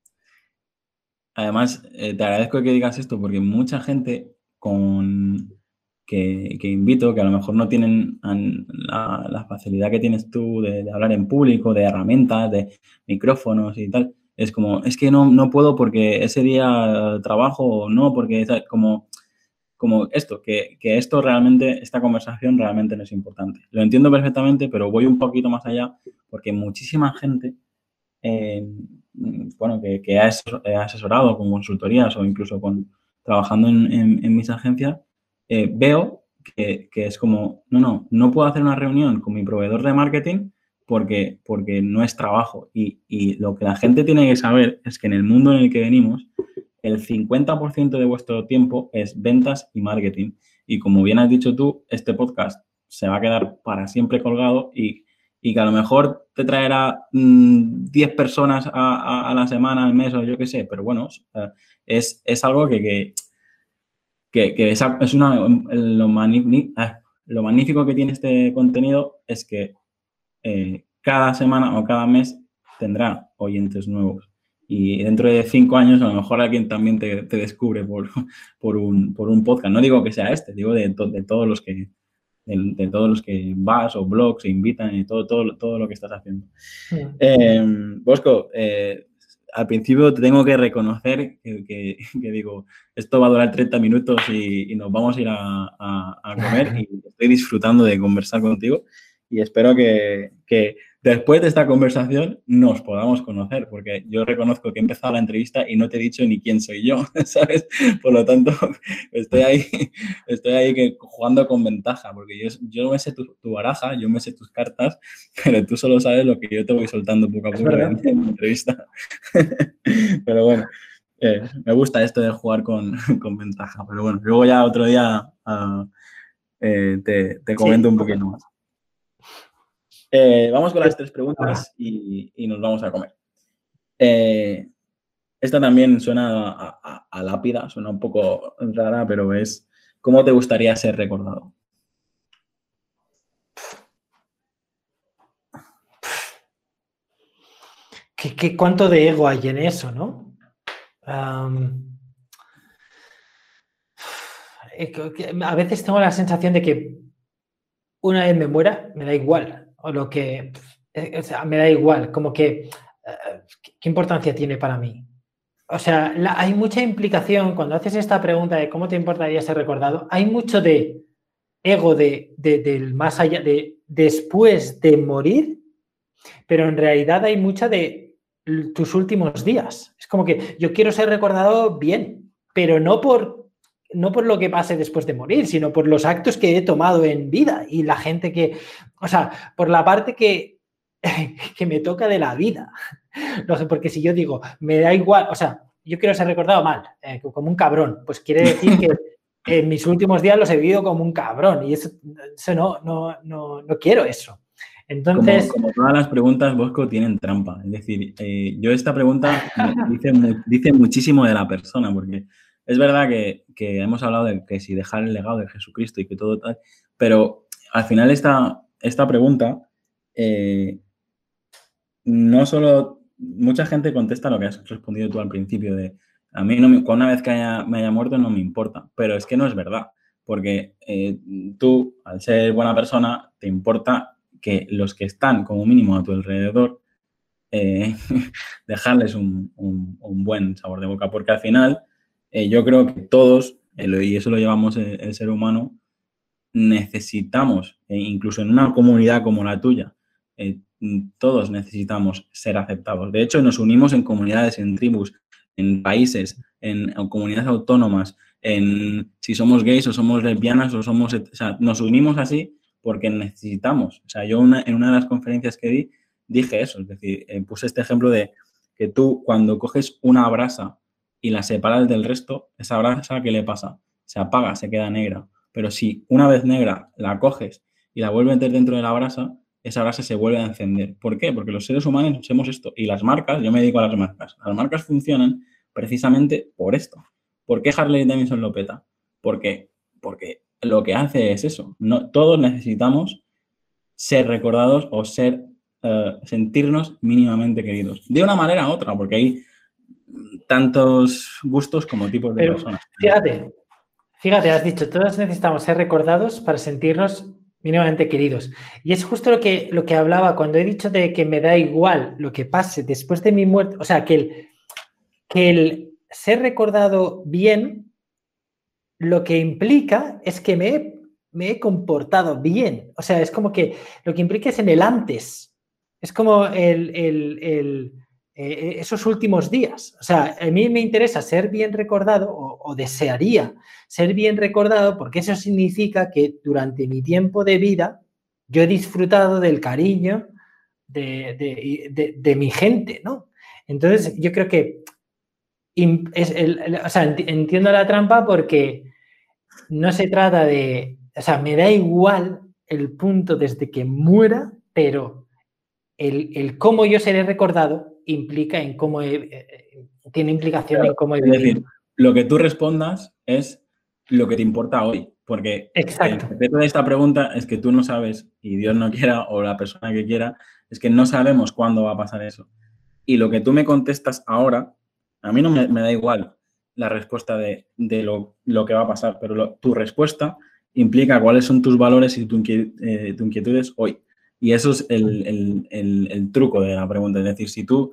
Además, eh, te agradezco que digas esto porque mucha gente con que, que invito, que a lo mejor no tienen la, la facilidad que tienes tú de, de, hablar en público, de herramientas, de micrófonos y tal, es como, es que no, no puedo porque ese día trabajo o no, porque es como, como esto, que, que esto realmente, esta conversación realmente no es importante. Lo entiendo perfectamente, pero voy un poquito más allá porque muchísima gente... Eh, bueno, que, que he asesorado con consultorías o incluso con, trabajando en, en, en mis agencias, eh, veo que, que, es como, no, no, no puedo hacer una reunión con mi proveedor de marketing porque, porque no es trabajo. Y, y lo que la gente tiene que saber es que en el mundo en el que venimos, el cincuenta por ciento de vuestro tiempo es ventas y marketing. Y como bien has dicho tú, este podcast se va a quedar para siempre colgado y y que a lo mejor te traerá mmm, diez personas a, a, a, la semana, al mes o yo qué sé, pero bueno, es, es algo que, que, que, que es, es una, lo, magnífico, lo magnífico que tiene este contenido es que eh, cada semana o cada mes tendrá oyentes nuevos. Y dentro de cinco años a lo mejor alguien también te, te descubre por, por, un, por un podcast. No digo que sea este, digo de, to, de todos los que, de, de todos los que vas o blogs e invitan y todo, todo, todo lo que estás haciendo. Mm. Eh, Bosco, eh, al principio te tengo que reconocer que, que, que digo, esto va a durar treinta minutos y, y nos vamos a ir a, a, a comer y estoy disfrutando de conversar contigo y espero que, que después de esta conversación nos podamos conocer, porque yo reconozco que he empezado la entrevista y no te he dicho ni quién soy yo, ¿sabes? Por lo tanto, estoy ahí, estoy ahí que, jugando con ventaja, porque yo, yo me sé tu, tu baraja, yo me sé tus cartas, pero tú solo sabes lo que yo te voy soltando poco a poco en, en la entrevista. Pero bueno, eh, me gusta esto de jugar con, con ventaja, pero bueno, luego ya otro día uh, eh, te, te comento sí. un poquito más. Eh, vamos con las tres preguntas y, y nos vamos a comer. Eh, esta también suena a, a, a lápida, suena un poco rara, pero es ¿cómo te gustaría ser recordado? ¿Qué, qué, ¿Cuánto de ego hay en eso, no? Um, a veces tengo la sensación de que una vez me muera, me da igual, o lo que, o sea, me da igual, como que, ¿qué importancia tiene para mí? O sea, la, hay mucha implicación, cuando haces esta pregunta de cómo te importaría ser recordado, hay mucho de ego de, de, del más allá, de después de morir, pero en realidad hay mucha de tus últimos días. Es como que yo quiero ser recordado bien, pero no por no por lo que pase después de morir, sino por los actos que he tomado en vida y la gente que, o sea, por la parte que, que me toca de la vida. No sé, porque si yo digo, me da igual, o sea, yo quiero ser recordado mal, eh, como un cabrón, pues quiere decir que en mis últimos días los he vivido como un cabrón y eso, eso no, no, no, no quiero eso. Entonces... Como, como todas las preguntas, Bosco, tienen trampa. Es decir, eh, yo esta pregunta dice, dice muchísimo de la persona, porque es verdad que, que hemos hablado de que si dejar el legado de Jesucristo y que todo tal, pero al final esta, esta pregunta eh, no solo... Mucha gente contesta lo que has respondido tú al principio de a mí no me, una vez que haya, me haya muerto no me importa, pero es que no es verdad, porque eh, tú, al ser buena persona, te importa que los que están como mínimo a tu alrededor, eh, dejarles un, un, un buen sabor de boca, porque al final eh, yo creo que todos, eh, y eso lo llevamos el, el ser humano, necesitamos, eh, incluso en una comunidad como la tuya, eh, todos necesitamos ser aceptados. De hecho, nos unimos en comunidades, en tribus, en países, en, en comunidades autónomas, en si somos gays o somos lesbianas o somos... O sea, nos unimos así porque necesitamos. O sea, yo una, en una de las conferencias que di dije eso, es decir, eh, puse este ejemplo de que tú cuando coges una brasa y la separas del resto, esa brasa, ¿qué le pasa? Se apaga, se queda negra. Pero si una vez negra la coges y la vuelves a meter dentro de la brasa, esa brasa se vuelve a encender. ¿Por qué? Porque los seres humanos hacemos esto. Y las marcas, yo me dedico a las marcas, las marcas funcionan precisamente por esto. ¿Por qué Harley Davidson lo peta? Porque, porque lo que hace es eso. No, todos necesitamos ser recordados o ser, uh, sentirnos mínimamente queridos. De una manera u otra, porque hay tantos gustos como tipos de Pero, personas. Fíjate, fíjate, has dicho, todos necesitamos ser recordados para sentirnos mínimamente queridos. Y es justo lo que, lo que hablaba cuando he dicho de que me da igual lo que pase después de mi muerte. O sea, que el, que el ser recordado bien lo que implica es que me he, me he comportado bien. O sea, es como que lo que implica es en el antes. Es como el, el, el, eh, esos últimos días. O sea, a mí me interesa ser bien recordado o, o desearía ser bien recordado porque eso significa que durante mi tiempo de vida yo he disfrutado del cariño de, de, de, de mi gente, ¿no? Entonces, yo creo que es el, el, o sea, entiendo la trampa porque no se trata de... O sea, me da igual el punto desde que muera, pero el, el cómo yo seré recordado implica en cómo he, eh, tiene implicación claro, en cómo he vivido. Es decir, lo que tú respondas es lo que te importa hoy, porque exacto. El secreto de esta pregunta es que tú no sabes, y Dios no quiera, o la persona que quiera, es que no sabemos cuándo va a pasar eso. Y lo que tú me contestas ahora, a mí no me, me da igual la respuesta de, de lo, lo que va a pasar, pero lo, tu respuesta implica cuáles son tus valores y tu inquietud, eh, tu inquietudes hoy. Y eso es el, el, el, el truco de la pregunta. Es decir, si tú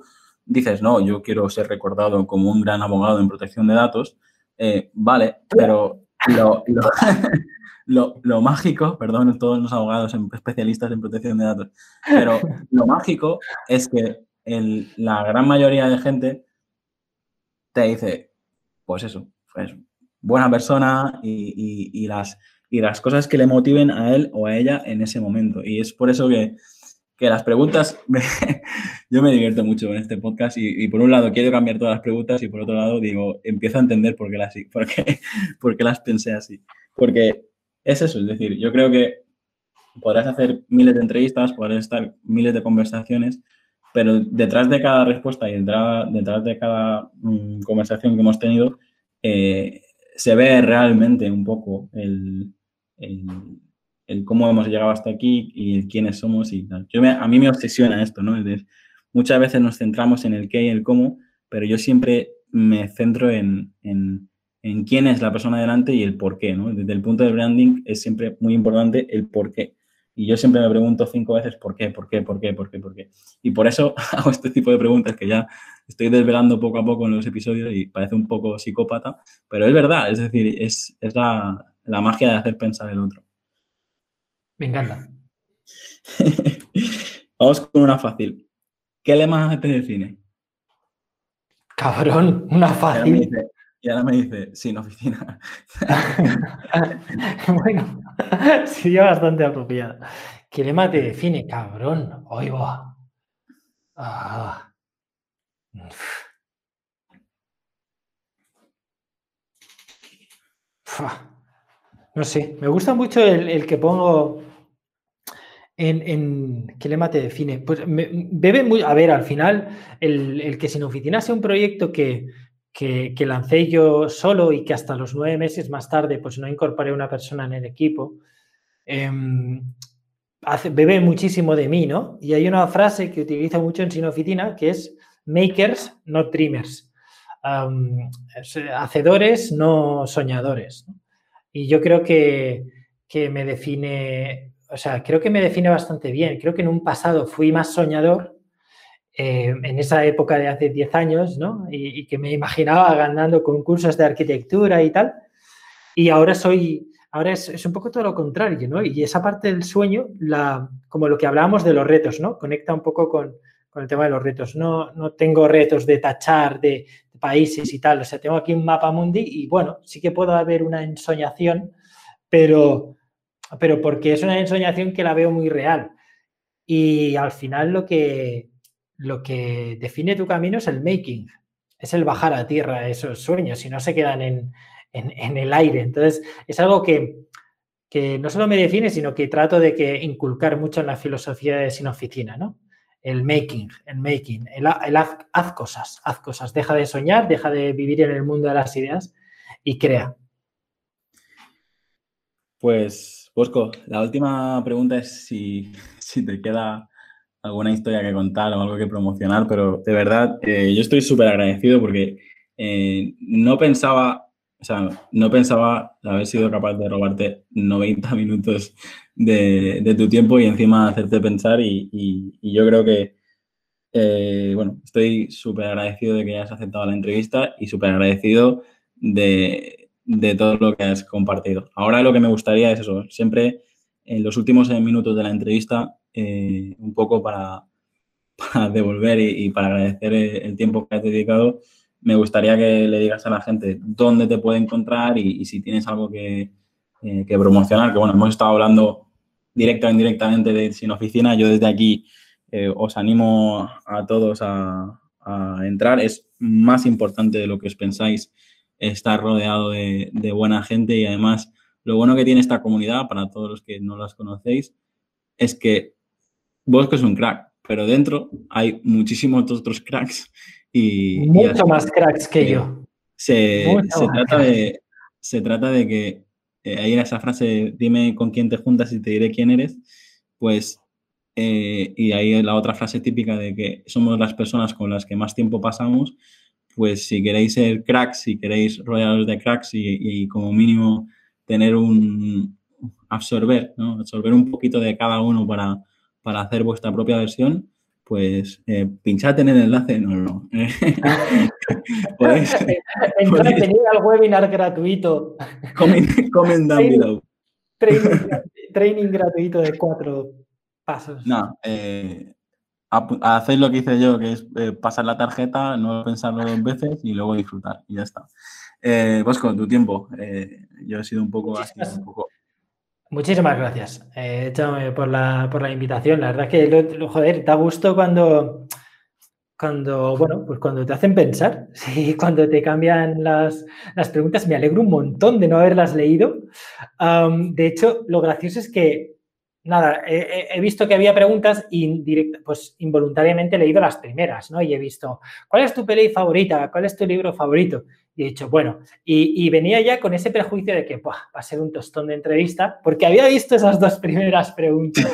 dices, no, yo quiero ser recordado como un gran abogado en protección de datos, eh, vale, pero lo, lo, lo, lo mágico, perdón, todos los abogados especialistas en protección de datos, pero lo mágico es que el, la gran mayoría de gente te dice, pues eso, pues buena persona y, y, y, las, y las cosas que le motiven a él o a ella en ese momento. Y es por eso que, que las preguntas, me, yo me divierto mucho en este podcast y, y por un lado quiero cambiar todas las preguntas y por otro lado digo, empiezo a entender por qué las, por qué, por qué las pensé así. Porque es eso, es decir, yo creo que podrás hacer miles de entrevistas, podrás estar miles de conversaciones, pero detrás de cada respuesta y detrás, detrás de cada um, conversación que hemos tenido, eh, se ve realmente un poco el, el, el, cómo hemos llegado hasta aquí y el quiénes somos y tal. Yo me, a mí me obsesiona esto, ¿no? Es decir, muchas veces nos centramos en el qué y el cómo, pero yo siempre me centro en, en, en quién es la persona delante y el por qué, ¿no? Desde el punto del branding es siempre muy importante el por qué. Y yo siempre me pregunto cinco veces por qué, por qué, por qué, por qué, por qué. Y por eso hago este tipo de preguntas que ya estoy desvelando poco a poco en los episodios y parece un poco psicópata, pero es verdad, es decir, es, es la, la magia de hacer pensar el otro. Me encanta. Vamos con una fácil. ¿Qué lema te define? Cabrón, una fácil. Y ahora me dice, sin oficina. Bueno, sería bastante apropiado. ¿Qué lema te define, cabrón? Hoy va. Ah. No sé, me gusta mucho el, el que pongo en, en ¿qué lema te define? Pues me, bebe muy, a ver, al final, el, el que sin oficina sea un proyecto que, que, que lancé yo solo y que hasta los nueve meses más tarde pues no incorporé una persona en el equipo, eh, hace, bebe muchísimo de mí, ¿no? Y hay una frase que utilizo mucho en Sin Oficina que es makers, not dreamers. Um, hacedores, no soñadores, ¿no? Y yo creo que, que me define, o sea, creo que me define bastante bien. Creo que en un pasado fui más soñador, eh, en esa época de hace diez años, ¿no? Y, y que me imaginaba ganando concursos de arquitectura y tal. Y ahora soy, ahora es, es un poco todo lo contrario, ¿no? Y esa parte del sueño, la, como lo que hablábamos de los retos, ¿no? Conecta un poco con, con el tema de los retos. No, no tengo retos de tachar de, de países y tal. O sea, tengo aquí un mapa mundi y, bueno, sí que puedo haber una ensoñación, pero, pero porque es una ensoñación que la veo muy real. Y al final lo que, lo que define tu camino es el making, es el bajar a tierra esos sueños, y no se quedan en, en, en el aire. Entonces, es algo que, que no solo me define, sino que trato de que inculcar mucho en la filosofía de Sin Oficina, ¿no? El making, el making, el, el haz, haz cosas, haz cosas, deja de soñar, deja de vivir en el mundo de las ideas y crea. Pues, Bosco, la última pregunta es si, si te queda alguna historia que contar o algo que promocionar, pero de verdad, eh, yo estoy súper agradecido porque eh, no pensaba, o sea, no pensaba haber sido capaz de robarte noventa minutos de, de tu tiempo y encima hacerte pensar y, y, y yo creo que, eh, bueno, estoy súper agradecido de que hayas aceptado la entrevista y súper agradecido de, de todo lo que has compartido. Ahora lo que me gustaría es eso, siempre en los últimos minutos de la entrevista, eh, un poco para, para devolver y, y para agradecer el, el tiempo que has dedicado, me gustaría que le digas a la gente dónde te puede encontrar y, y si tienes algo que, eh, que promocionar, que bueno, hemos estado hablando directa o indirectamente de Sin Oficina. Yo desde aquí eh, os animo a todos a, a entrar. Es más importante de lo que os pensáis estar rodeado de, de buena gente y además lo bueno que tiene esta comunidad, para todos los que no las conocéis, es que Bosco es un crack, pero dentro hay muchísimos otros cracks y, y Mucho así, más cracks que eh, yo. se, Mucho se, más trata cracks. de, se trata de que eh, ahí en esa frase, dime con quién te juntas y te diré quién eres, pues, eh, y ahí la otra frase típica de que somos las personas con las que más tiempo pasamos, pues si queréis ser cracks, si queréis rodearos de cracks y, y como mínimo tener un, absorber, ¿no? Absorber un poquito de cada uno para, para hacer vuestra propia versión, pues eh, pinchad en el enlace. No, no. podéis, Entrad, podéis, venid al webinar gratuito. comment, comment down Training, below. training, training gratuito de cuatro pasos. No, eh, a- hacéis lo que hice yo, que es eh, pasar la tarjeta, no pensarlo dos veces y luego disfrutar. Y ya está. Eh, pues con tu tiempo. Eh, yo he sido un poco así, Muchísimas, un poco. muchísimas gracias, eh, Jaume, por la, por la invitación. La verdad que, lo, lo- joder, da gusto cuando, cuando, bueno, pues cuando te hacen pensar, sí, cuando te cambian las, las preguntas. Me alegro un montón de no haberlas leído. Um, de hecho, lo gracioso es que, nada, he, he visto que había preguntas y direct, pues involuntariamente he leído las primeras, ¿no? Y he visto, ¿cuál es tu peli favorita? ¿Cuál es tu libro favorito? Y he dicho, bueno, y, y venía ya con ese prejuicio de que ¡buah! Va a ser un tostón de entrevista, porque había visto esas dos primeras preguntas.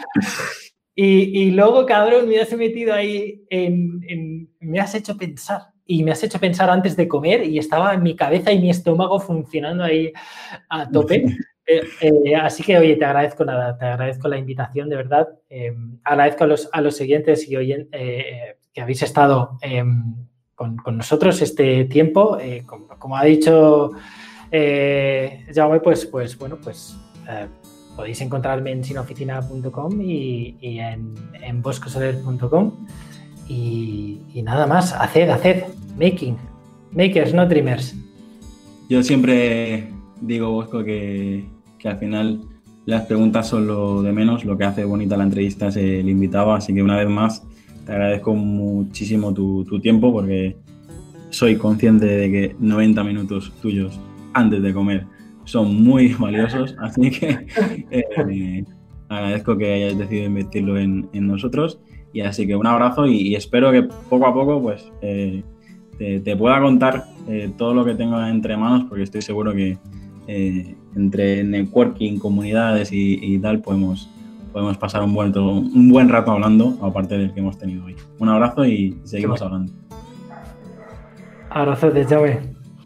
Y, y luego, cabrón, me has metido ahí en, en... Me has hecho pensar. Y me has hecho pensar antes de comer y estaba en mi cabeza y mi estómago funcionando ahí a tope. Eh, eh, así que, oye, te agradezco nada, te agradezco la invitación, de verdad. Eh, agradezco a los, a los siguientes y oyen, eh, que habéis estado eh, con, con nosotros este tiempo. Eh, como, como ha dicho eh, Jaume, pues, pues bueno, pues... Eh, podéis encontrarme en sinoficina punto com y, y en, en boscosoler punto com y, y nada más, haced, haced, making, makers, no dreamers. Yo siempre digo, Bosco, que, que al final las preguntas son lo de menos, lo que hace bonita la entrevista es el invitado, así que una vez más te agradezco muchísimo tu, tu tiempo porque soy consciente de que noventa minutos tuyos antes de comer son muy valiosos, así que eh, agradezco que hayas decidido invertirlo en, en nosotros y así que un abrazo y, y espero que poco a poco pues eh, te, te pueda contar eh, todo lo que tengo entre manos porque estoy seguro que eh, entre networking, comunidades y, y tal podemos, podemos pasar un buen, un buen rato hablando aparte del que hemos tenido hoy. Un abrazo y seguimos Sí. hablando. Abrazo de Jaume.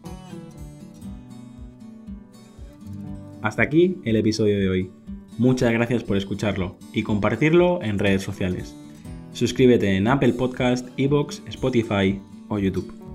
Hasta aquí el episodio de hoy. Muchas gracias por escucharlo y compartirlo en redes sociales. Suscríbete en Apple Podcast, iVoox, Spotify o YouTube.